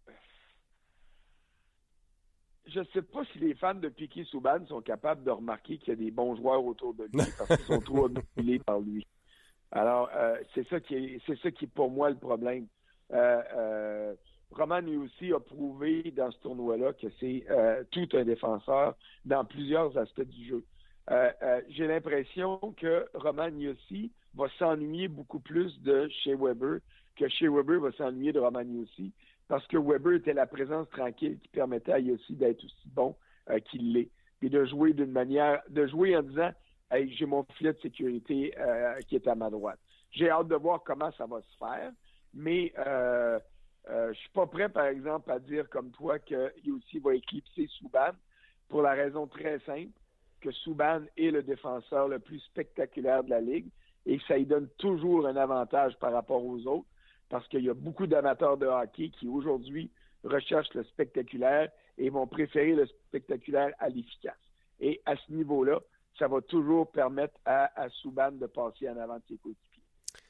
Speaker 7: Je ne sais pas si les fans de Piquet Souban sont capables de remarquer qu'il y a des bons joueurs autour de lui parce qu'ils sont trop obnubilés par lui. Alors, euh, c'est ça qui est, c'est ça qui est pour moi le problème. Euh, euh, Roman Josi a prouvé dans ce tournoi-là que c'est euh, tout un défenseur dans plusieurs aspects du jeu. Euh, euh, j'ai l'impression que Roman Josi va s'ennuyer beaucoup plus de Shea Weber que Shea Weber va s'ennuyer de Roman Josi parce que Weber était la présence tranquille qui permettait à Josi d'être aussi bon euh, qu'il l'est et de jouer d'une manière, de jouer en disant « Hey, j'ai mon filet de sécurité euh, qui est à ma droite ». J'ai hâte de voir comment ça va se faire, mais euh, euh, je suis pas prêt, par exemple, à dire comme toi que Josi va éclipser Subban pour la raison très simple que Subban est le défenseur le plus spectaculaire de la Ligue et que ça lui donne toujours un avantage par rapport aux autres parce qu'il y a beaucoup d'amateurs de hockey qui, aujourd'hui, recherchent le spectaculaire et vont préférer le spectaculaire à l'efficace. Et à ce niveau-là, ça va toujours permettre à, à Subban de passer en avant de ses coéquipiers.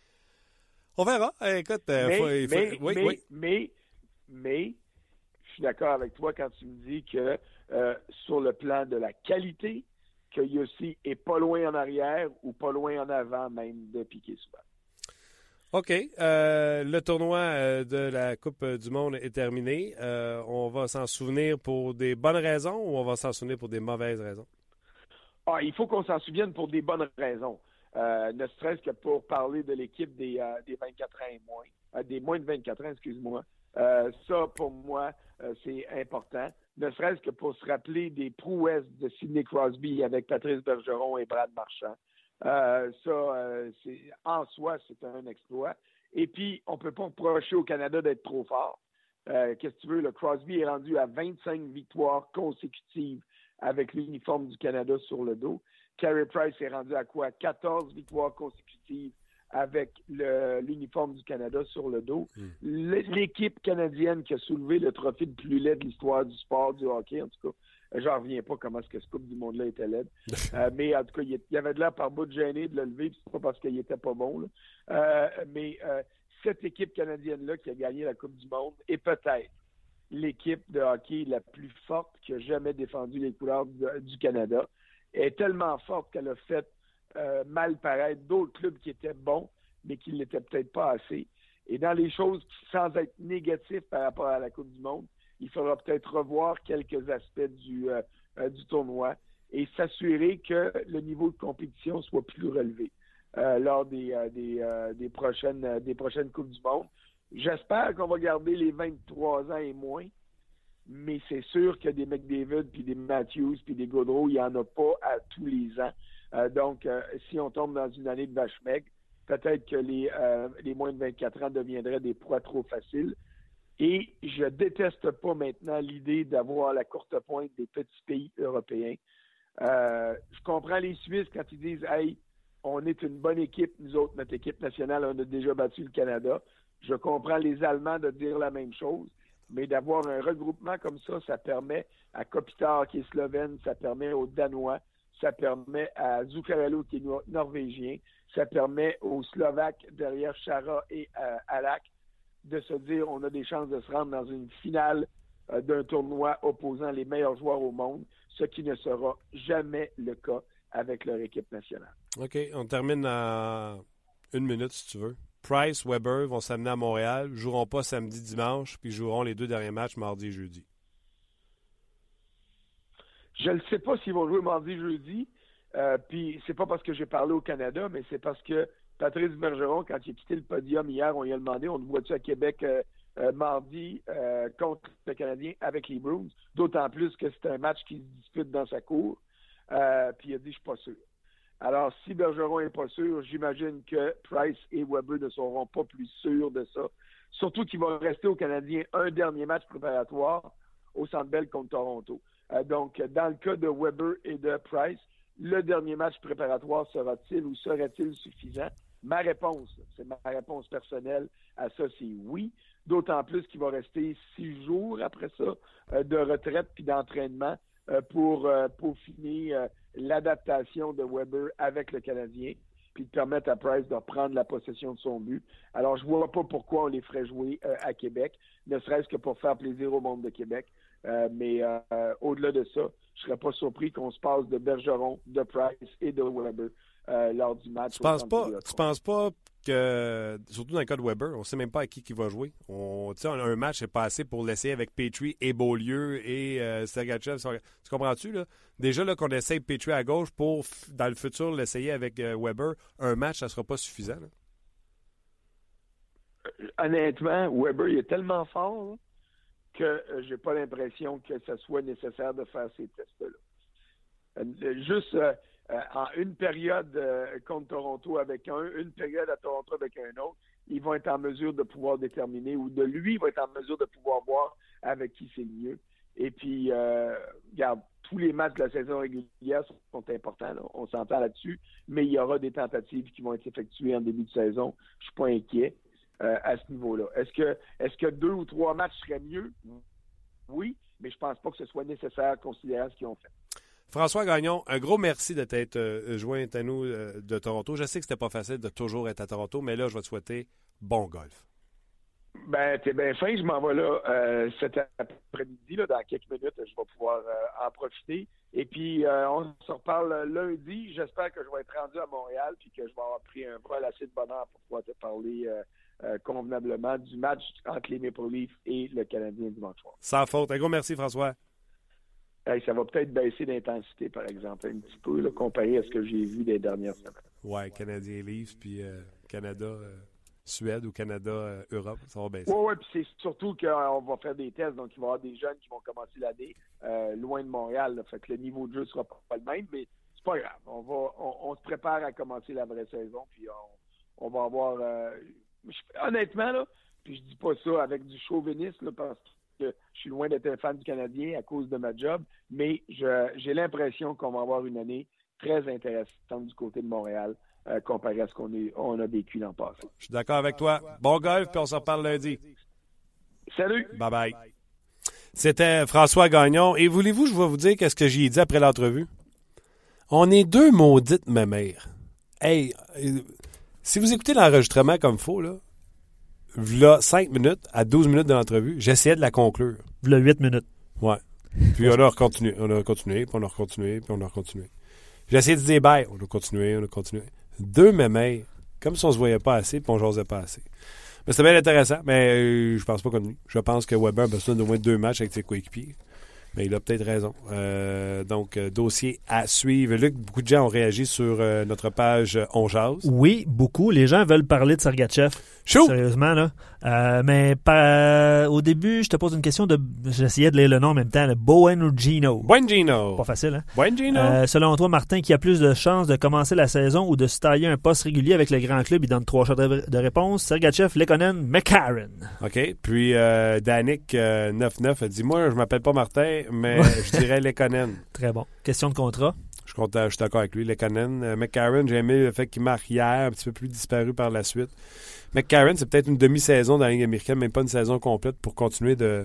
Speaker 1: On verra. Eh, écoute, euh,
Speaker 7: mais,
Speaker 1: faut, il faut...
Speaker 7: mais,
Speaker 1: oui,
Speaker 7: mais,
Speaker 1: oui.
Speaker 7: mais, mais, je suis d'accord avec toi quand tu me dis que euh, sur le plan de la qualité, que Josi est pas loin en arrière ou pas loin en avant même de Piquet Souban.
Speaker 1: OK. Euh, le tournoi euh, de la Coupe du Monde est terminé. Euh, on va s'en souvenir pour des bonnes raisons ou on va s'en souvenir pour des mauvaises raisons?
Speaker 7: Ah, il faut qu'on s'en souvienne pour des bonnes raisons. Euh, ne serait-ce que pour parler de l'équipe des, euh, des vingt-quatre ans et moins. Euh, des moins de vingt-quatre ans, excuse-moi. Euh, ça, pour moi, euh, c'est important. Ne serait-ce que pour se rappeler des prouesses de Sidney Crosby avec Patrice Bergeron et Brad Marchand. Euh, ça, euh, c'est, en soi, c'est un exploit. Et puis, on ne peut pas reprocher au Canada d'être trop fort. Euh, qu'est-ce que tu veux? Le Crosby est rendu à vingt-cinq victoires consécutives avec l'uniforme du Canada sur le dos. Carey Price est rendu à quoi? quatorze victoires consécutives avec le, l'uniforme du Canada sur le dos. Mm. L'équipe canadienne qui a soulevé le trophée le plus laid de l'histoire du sport, du hockey, en tout cas, j'en reviens pas comment est-ce que ce Coupe du Monde-là était laide. euh, mais en tout cas, il y avait de l'air par bout de gêné de le lever, puis c'est pas parce qu'il était pas bon. Là. Euh, mais euh, cette équipe canadienne-là qui a gagné la Coupe du Monde est peut-être l'équipe de hockey la plus forte qui a jamais défendu les couleurs du, du Canada. Elle est tellement forte qu'elle a fait Euh, mal paraître d'autres clubs qui étaient bons, mais qui ne l'étaient peut-être pas assez. Et dans les choses, sans être négatifs par rapport à la Coupe du Monde, il faudra peut-être revoir quelques aspects du, euh, euh, du tournoi et s'assurer que le niveau de compétition soit plus relevé euh, lors des, euh, des, euh, des, prochaines, euh, des prochaines Coupes du Monde. J'espère qu'on va garder les vingt-trois ans et moins, mais c'est sûr que des McDavid, puis des Matthews, puis des Gaudreau, il n'y en a pas à tous les ans. Euh, donc, euh, si on tombe dans une année de vache maigre, peut-être que les, euh, les moins de vingt-quatre ans deviendraient des proies trop faciles. Et je déteste pas maintenant l'idée d'avoir la courte pointe des petits pays européens. Euh, je comprends les Suisses quand ils disent « Hey, on est une bonne équipe, nous autres, notre équipe nationale, on a déjà battu le Canada. » Je comprends les Allemands de dire la même chose. Mais d'avoir un regroupement comme ça, ça permet à Kopitar, qui est slovène, ça permet aux Danois, ça permet à Zuccarello, qui est nor- norvégien, ça permet aux Slovaques, derrière Chara et euh, Alak, de se dire on a des chances de se rendre dans une finale euh, d'un tournoi opposant les meilleurs joueurs au monde, ce qui ne sera jamais le cas avec leur équipe nationale.
Speaker 1: OK, on termine en une minute, si tu veux. Price, Weber vont s'amener à Montréal, joueront pas samedi, dimanche, puis joueront les deux derniers matchs mardi et jeudi.
Speaker 7: Je ne sais pas s'ils vont jouer mardi, jeudi. Euh, puis c'est pas parce que j'ai parlé au Canada, mais c'est parce que Patrice Bergeron, quand il a quitté le podium hier, on lui a demandé, on te voit-tu à Québec euh, euh, mardi euh, contre le Canadien avec les Bruins, d'autant plus que c'est un match qui se dispute dans sa cour. Euh, puis il a dit, je suis pas sûr. Alors, si Bergeron n'est pas sûr, j'imagine que Price et Weber ne seront pas plus sûrs de ça. Surtout qu'il va rester au Canadien un dernier match préparatoire au Centre Bell contre Toronto. Euh, donc, dans le cas de Weber et de Price, le dernier match préparatoire sera-t-il ou serait-il suffisant? Ma réponse, c'est ma réponse personnelle à ça, c'est oui. D'autant plus qu'il va rester six jours après ça euh, de retraite puis d'entraînement euh, pour, euh, pour finir euh, l'adaptation de Weber avec le Canadien. puis de permettre à Price de reprendre la possession de son but. Alors, je vois pas pourquoi on les ferait jouer euh, à Québec, ne serait-ce que pour faire plaisir au monde de Québec. Euh, mais euh, euh, au-delà de ça, je serais pas surpris qu'on se passe de Bergeron, de Price et de Weber euh, lors du match.
Speaker 1: Tu penses pas, tu penses pas que, surtout dans le cas de Weber, on sait même pas à qui qui va jouer. On, tu sais, un match est passé pour l'essayer avec Petrie et Beaulieu et euh, Sergachev. Tu comprends-tu, là? Déjà, là, qu'on essaye Petrie à gauche pour, dans le futur, l'essayer avec euh, Weber, un match, ça sera pas suffisant, là.
Speaker 7: Honnêtement, Weber, il est tellement fort, là, que euh, j'ai pas l'impression que ça soit nécessaire de faire ces tests-là. Euh, juste euh, euh, en une période euh, contre Toronto avec un, une période à Toronto avec un autre, ils vont être en mesure de pouvoir déterminer, ou de lui va être en mesure de pouvoir voir avec qui c'est le mieux. Et puis, euh, regarde, tous les matchs de la saison régulière sont, sont importants, là. On s'entend là-dessus, mais il y aura des tentatives qui vont être effectuées en début de saison. Je suis pas inquiet. Euh, à ce niveau-là. Est-ce que est-ce que deux ou trois matchs seraient mieux? Oui, mais je pense pas que ce soit nécessaire considérant ce qu'ils ont fait.
Speaker 1: François Gagnon, un gros merci de t'être euh, joint à nous euh, de Toronto. Je sais que c'était pas facile de toujours être à Toronto, mais là, je vais te souhaiter bon golf.
Speaker 7: Ben, t'es bien fin, je m'en vais là euh, cet après-midi, là, dans quelques minutes, je vais pouvoir euh, en profiter. Et puis, euh, on se reparle lundi. J'espère que je vais être rendu à Montréal puis que je vais avoir pris un vol assez de bonheur pour pouvoir te parler euh, Euh, convenablement du match entre les Maple Leafs et le Canadien dimanche soir.
Speaker 1: Sans faute. Un gros merci, François.
Speaker 7: Hey, ça va peut-être baisser d'intensité, par exemple, un petit peu, là, comparé à ce que j'ai vu des dernières semaines.
Speaker 1: Oui, Canadien Leafs, puis euh, Canada, euh, Suède ou Canada, euh, Europe, ça va baisser.
Speaker 7: Oui, oui, puis c'est surtout qu'on euh, va faire des tests, donc il va y avoir des jeunes qui vont commencer l'année euh, loin de Montréal. Là, fait que le niveau de jeu sera pas le même, mais c'est pas grave. On va, on, on se prépare à commencer la vraie saison, puis on, on va avoir... Euh, Je, honnêtement, là, puis je dis pas ça avec du chauvinisme, là, parce que je suis loin d'être un fan du Canadien à cause de ma job, mais je, j'ai l'impression qu'on va avoir une année très intéressante du côté de Montréal euh, comparé à ce qu'on est, on a vécu l'an passé.
Speaker 1: Je suis d'accord avec toi. Bon golf, puis on se reparle lundi.
Speaker 7: Salut!
Speaker 1: Bye-bye. C'était François Gagnon. Et voulez-vous, je vais vous dire qu'est-ce que j'ai dit après l'entrevue? On est deux maudites mémères. Hey... Euh, Si vous écoutez l'enregistrement comme il faut, là, là, cinq minutes à douze minutes de l'entrevue, j'essayais de la conclure.
Speaker 2: Là, huit minutes.
Speaker 1: Ouais. Puis on a continué, on a continué, puis on a continué, puis on a continué. J'ai essayé de dire bye, on a continué, on a continué. Deux mémères, comme si on se voyait pas assez, puis on jasait pas assez. Mais c'était bien intéressant, mais euh, je pense pas comme lui. Je pense que Weber a besoin d'au moins deux matchs avec ses coéquipiers. Mais il a peut-être raison. Euh, donc, euh, dossier à suivre. Luc, beaucoup de gens ont réagi sur euh, notre page euh, On Jase.
Speaker 2: Oui, beaucoup. Les gens veulent parler de Sergachev.
Speaker 1: Chou!
Speaker 2: Sérieusement, là. Euh, mais pas, au début, je te pose une question de... J'essayais de lire le nom en même temps. Le Buongino.
Speaker 1: Buongino.
Speaker 2: Pas facile, hein?
Speaker 1: Buongino.
Speaker 2: Euh, selon toi, Martin, qui a plus de chances de commencer la saison ou de se tailler un poste régulier avec le grand club? Il donne trois choix de, de réponse. Sergachev, Lekonen, McCarron.
Speaker 1: OK. Puis, euh, Danick euh, neuf neuf a dit, moi, je m'appelle pas Martin, mais je dirais Lekonen.
Speaker 2: Très bon. Question de contrat.
Speaker 1: Je, compte, je suis d'accord avec lui. Lekonen. Euh, McCarron, j'ai aimé le fait qu'il marque hier, un petit peu plus disparu par la suite. McCarron, c'est peut-être une demi-saison dans la Ligue américaine, même pas une saison complète pour continuer de...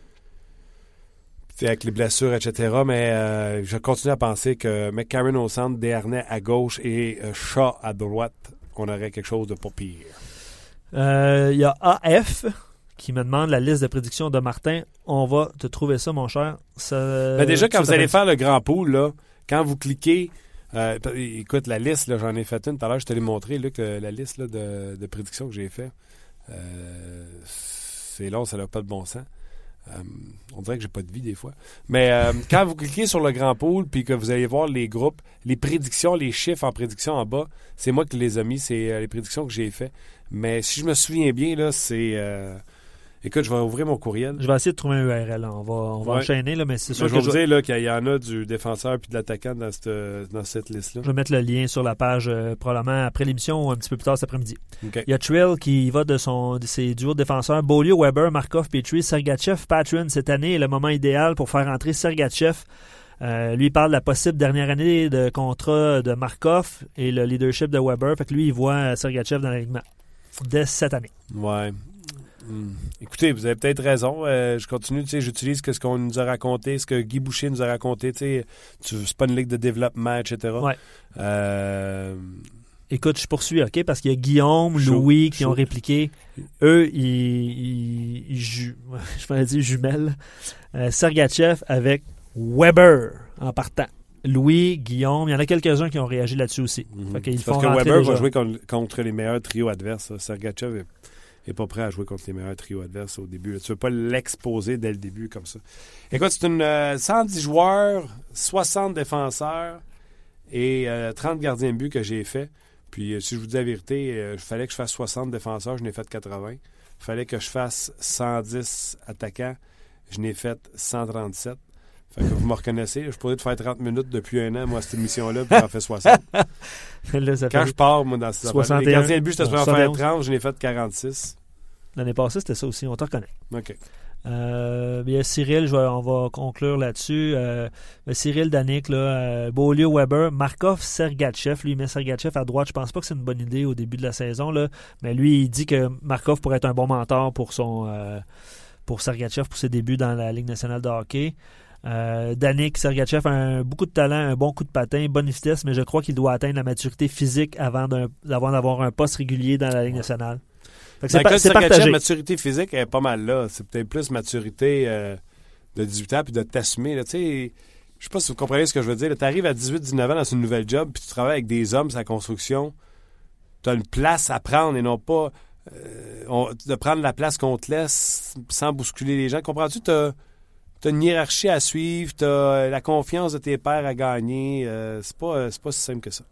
Speaker 1: avec les blessures, et cetera. Mais euh, je continue à penser que McCarron au centre, Desharnais à gauche et euh, Shaw à droite, on aurait quelque chose de pas pire.
Speaker 2: Il euh, y a A F qui me demande la liste de prédictions de Martin. On va te trouver ça, mon cher. Ça,
Speaker 1: ben déjà, quand
Speaker 2: ça
Speaker 1: vous allez faire le grand pool, là, quand vous cliquez... Euh, écoute, la liste, là, j'en ai fait une tout à l'heure, je te l'ai montré, Luc, la liste là, de, de prédictions que j'ai fait. Euh, c'est long, ça n'a pas de bon sens. Euh, on dirait que j'ai pas de vie des fois. Mais euh, quand vous cliquez sur le grand pool puis que vous allez voir les groupes, les prédictions, les chiffres en prédiction en bas, c'est moi qui les ai mis, c'est euh, les prédictions que j'ai fait. Mais si je me souviens bien, là, c'est... Euh, écoute, je vais ouvrir mon courriel.
Speaker 2: Je vais essayer de trouver un U R L. Là. On va, on va
Speaker 1: ouais.
Speaker 2: enchaîner, là, mais c'est sûr
Speaker 1: mais
Speaker 2: que
Speaker 1: je vais vous dire là, qu'il y en a du défenseur puis de l'attaquant dans cette, dans cette liste-là.
Speaker 2: Je vais mettre le lien sur la page euh, probablement après l'émission ou un petit peu plus tard cet après-midi.
Speaker 1: Okay.
Speaker 2: Il y a Trill qui va de, son, de ses duos de défenseurs. Beaulieu, Weber, Markov, Petrie, Sergachev, Patron. Cette année est le moment idéal pour faire entrer Sergachev. Euh, lui, il parle de la possible dernière année de contrat de Markov et le leadership de Weber. Fait que lui, il voit Sergachev dans l'alignement dès cette année.
Speaker 1: Ouais. Hum. Écoutez, vous avez peut-être raison. Euh, je continue, tu sais, j'utilise ce qu'on nous a raconté, ce que Guy Boucher nous a raconté. Tu sais, c'est pas une ligue de développement, et cetera.
Speaker 2: Ouais.
Speaker 1: Euh,
Speaker 2: Écoute, je poursuis, OK? Parce qu'il y a Guillaume,
Speaker 1: Chaud,
Speaker 2: Louis qui
Speaker 1: chaud.
Speaker 2: ont répliqué. Eux, ils, ils, ils ju- je m'en dire jumelles. Euh, Sergachev avec Weber en partant. Louis, Guillaume, il y en a quelques-uns qui ont réagi là-dessus aussi.
Speaker 1: Mm-hmm.
Speaker 2: Fait qu'ils
Speaker 1: Parce
Speaker 2: font
Speaker 1: que
Speaker 2: rentrer
Speaker 1: Weber
Speaker 2: déjà.
Speaker 1: va jouer contre, contre les meilleurs trios adverses. Sergachev n'est pas prêt à jouer contre les meilleurs trios adverses au début. Là. Tu ne veux pas l'exposer dès le début comme ça. Écoute, c'est une euh, cent dix joueurs, soixante défenseurs et euh, trente gardiens de but que j'ai fait. Puis, euh, si je vous dis la vérité, il euh, fallait que je fasse soixante défenseurs, je n'ai fait quatre-vingts. Il fallait que je fasse cent dix attaquants, je n'ai fait cent trente-sept. Fait que vous me reconnaissez, je pourrais te faire trente minutes depuis un an, moi, cette émission-là, puis j'en fais soixante.
Speaker 2: Là, ça
Speaker 1: Quand
Speaker 2: fait
Speaker 1: je pars, moi, dans ces affaires-là,
Speaker 2: soixante et un.
Speaker 1: les gardiens de but, j'étais supposé en faire
Speaker 2: soixante et onze.
Speaker 1: trente, je n'ai fait quarante-six.
Speaker 2: L'année passée, c'était ça aussi, on te reconnaît.
Speaker 1: OK.
Speaker 2: Euh, il y a Cyril, je vais- on va conclure là-dessus. Euh, Cyril Danick, là, euh, Beaulieu, Weber, Markov, Sergachev. Lui, il met Sergachev à droite. Je pense pas que c'est une bonne idée au début de la saison, là, mais lui, il dit que Markov pourrait être un bon mentor pour son euh, pour Sergachev pour ses débuts dans la Ligue nationale de hockey. Euh, Danick, Sergachev a un, beaucoup de talent, un bon coup de patin, bonne vitesse, mais je crois qu'il doit atteindre la maturité physique avant, d'un, avant d'avoir un poste régulier dans la Ligue nationale. Fait que
Speaker 1: Dans
Speaker 2: c'est,
Speaker 1: le
Speaker 2: pa-
Speaker 1: cas de
Speaker 2: c'est
Speaker 1: Sergachev,
Speaker 2: partagé.
Speaker 1: maturité physique elle est pas mal là. C'est peut-être plus maturité euh, de dix-huit ans puis de t'assumer. Là. Tu sais, je sais pas si vous comprenez ce que je veux dire. Tu arrives à dix-huit dix-neuf ans dans une nouvelle job puis tu travailles avec des hommes sur la construction. Tu as une place à prendre et non pas euh, on- de prendre la place qu'on te laisse sans bousculer les gens. Comprends-tu? Tu as une hiérarchie à suivre, tu as la confiance de tes pairs à gagner. Euh, c'est pas, c'est pas si simple que ça.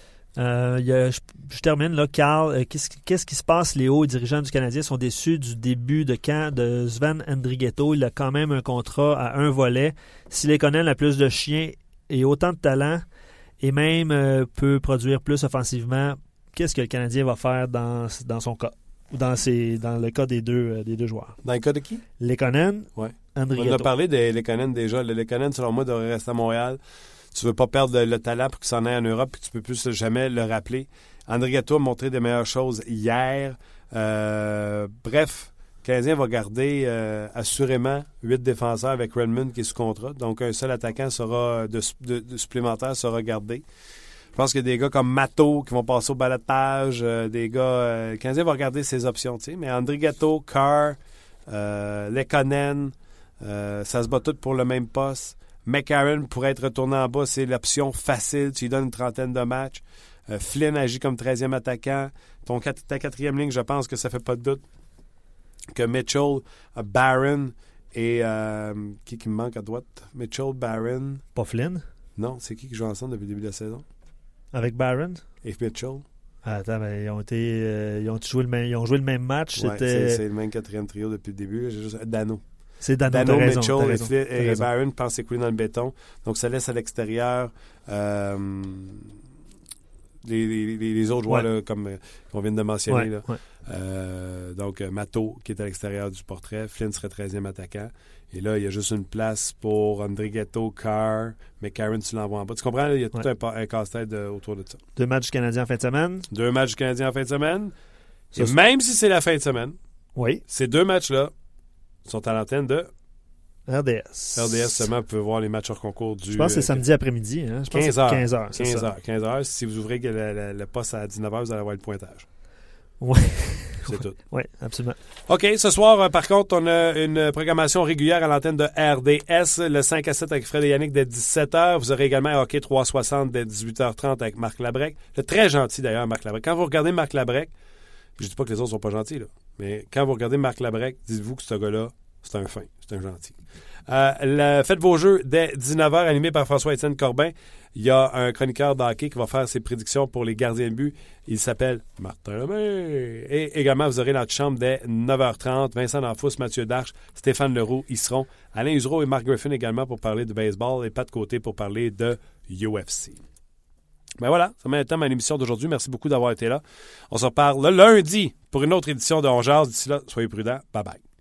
Speaker 2: Euh, il y a- je, je termine là, Carl. euh, qu'est-ce, qui- qu'est-ce qui se passe? Les hauts dirigeants du Canadien sont déçus du début de camp de Sven Andrighetto. Il a quand même un contrat à un volet. S'il les connaît, a plus de chiens et autant de talent et même euh, peut produire plus offensivement. Qu'est-ce que le Canadien va faire dans, dans son cas? Ou dans, ses, dans le cas des deux, euh, des deux joueurs?
Speaker 1: Dans le cas de qui?
Speaker 2: Lekonen,
Speaker 1: Ouais. On a
Speaker 2: Andrighetto.
Speaker 1: parlé de Lekonen déjà. Le Lekonen, selon moi, devrait rester à Montréal. Tu veux pas perdre le talent pour qu'il s'en aille en Europe puis tu peux plus jamais le rappeler. Andrighetto a montré des meilleures choses hier. Euh, bref, le Canadien va garder euh, assurément huit défenseurs avec Redmond qui est sous contrat. Donc, un seul attaquant sera de, de, de supplémentaire sera gardé. Je pense qu'il y a des gars comme Matteau qui vont passer au balotage. Euh, des gars... Euh, le Canadien va regarder ses options, tu sais. Mais Andrighetto, Carr, euh, Lekonen, euh, ça se bat tout pour le même poste. McCarron pourrait être retourné en bas, c'est l'option facile. Tu lui donnes une trentaine de matchs. Euh, Flynn agit comme treizième attaquant. Ton, ta quatrième ligne, je pense que ça fait pas de doute que Mitchell, euh, Barron et... Euh, qui, qui me manque à droite? Mitchell, Barron...
Speaker 2: Pas Flynn,
Speaker 1: Non, c'est qui qui joue ensemble depuis le début de la saison?
Speaker 2: avec Barron.
Speaker 1: Et Mitchell?
Speaker 2: Ah, attends, mais ils ont été, euh, ils ont joué le même, ils ont joué le même match.
Speaker 1: Ouais,
Speaker 2: C'était,
Speaker 1: c'est, c'est le même quatrième trio depuis le début. J'ai juste... Dano.
Speaker 2: c'est Dano,
Speaker 1: Dano,
Speaker 2: t'as raison,
Speaker 1: Mitchell
Speaker 2: t'as
Speaker 1: et,
Speaker 2: raison,
Speaker 1: Flynn-
Speaker 2: t'as
Speaker 1: et
Speaker 2: raison.
Speaker 1: Barron pensent s'écouler dans le béton. Donc, ça laisse à l'extérieur euh, les, les, les- les autres joueurs
Speaker 2: Ouais.
Speaker 1: là, comme euh, qu'on vient de mentionner.
Speaker 2: Ouais,
Speaker 1: là.
Speaker 2: ouais.
Speaker 1: Euh, donc, euh, Matteau, qui est à l'extérieur du portrait. Flynn serait treizième attaquant. Et là, il y a juste une place pour Andrighetto, Carr, McCarron, tu l'envoies en bas. Tu comprends? Là, il y a tout
Speaker 2: Ouais.
Speaker 1: un, pa- un casse-tête de- autour de ça.
Speaker 2: Deux matchs du Canadien en fin de semaine.
Speaker 1: Deux matchs du Canadien en fin de semaine.
Speaker 2: Ça,
Speaker 1: Et
Speaker 2: c'est-
Speaker 1: même si c'est la fin de semaine,
Speaker 2: Oui,
Speaker 1: ces deux matchs-là sont à l'antenne de
Speaker 2: R D S.
Speaker 1: R D S seulement. Vous pouvez voir les matchs hors concours du...
Speaker 2: Je pense que c'est
Speaker 1: euh,
Speaker 2: samedi après-midi. Hein? Je pense
Speaker 1: quinze
Speaker 2: que c'est
Speaker 1: heures.
Speaker 2: quinze heures. c'est
Speaker 1: quinze
Speaker 2: ça.
Speaker 1: heures. quinze heures. Si vous ouvrez le, le- le poste à dix-neuf heures, vous allez avoir le pointage.
Speaker 2: Ouais.
Speaker 1: C'est tout.
Speaker 2: Oui, absolument.
Speaker 1: OK, ce soir, euh, par contre, on a une programmation régulière à l'antenne de R D S, le cinq à sept avec Fred et Yannick dès dix-sept heures. Vous aurez également un Hockey trois cent soixante dès dix-huit heures trente avec Marc Labrec. Le très gentil, d'ailleurs, Marc Labrec. Quand vous regardez Marc Labrec, puis je dis pas que les autres sont pas gentils, là, mais quand vous regardez Marc Labrec, dites-vous que ce gars-là, c'est un fin, c'est un gentil. Euh, le, faites vos jeux dès dix-neuf heures, animé par François-Étienne Corbin. Il y a un chroniqueur d'hockey qui va faire ses prédictions pour les gardiens de but. Il s'appelle Martin Lemay. Et également, vous aurez l'antichambre dès neuf heures trente. Vincent D'Anfous, Mathieu Darche, Stéphane Leroux y seront. Alain Usereau et Mark Griffin également pour parler de baseball et Pat Côté pour parler de U F C. Ben voilà, ça met le temps à l'émission d'aujourd'hui. Merci beaucoup d'avoir été là. On se reparle le lundi pour une autre édition de On Jase. D'ici là, soyez prudents. Bye bye.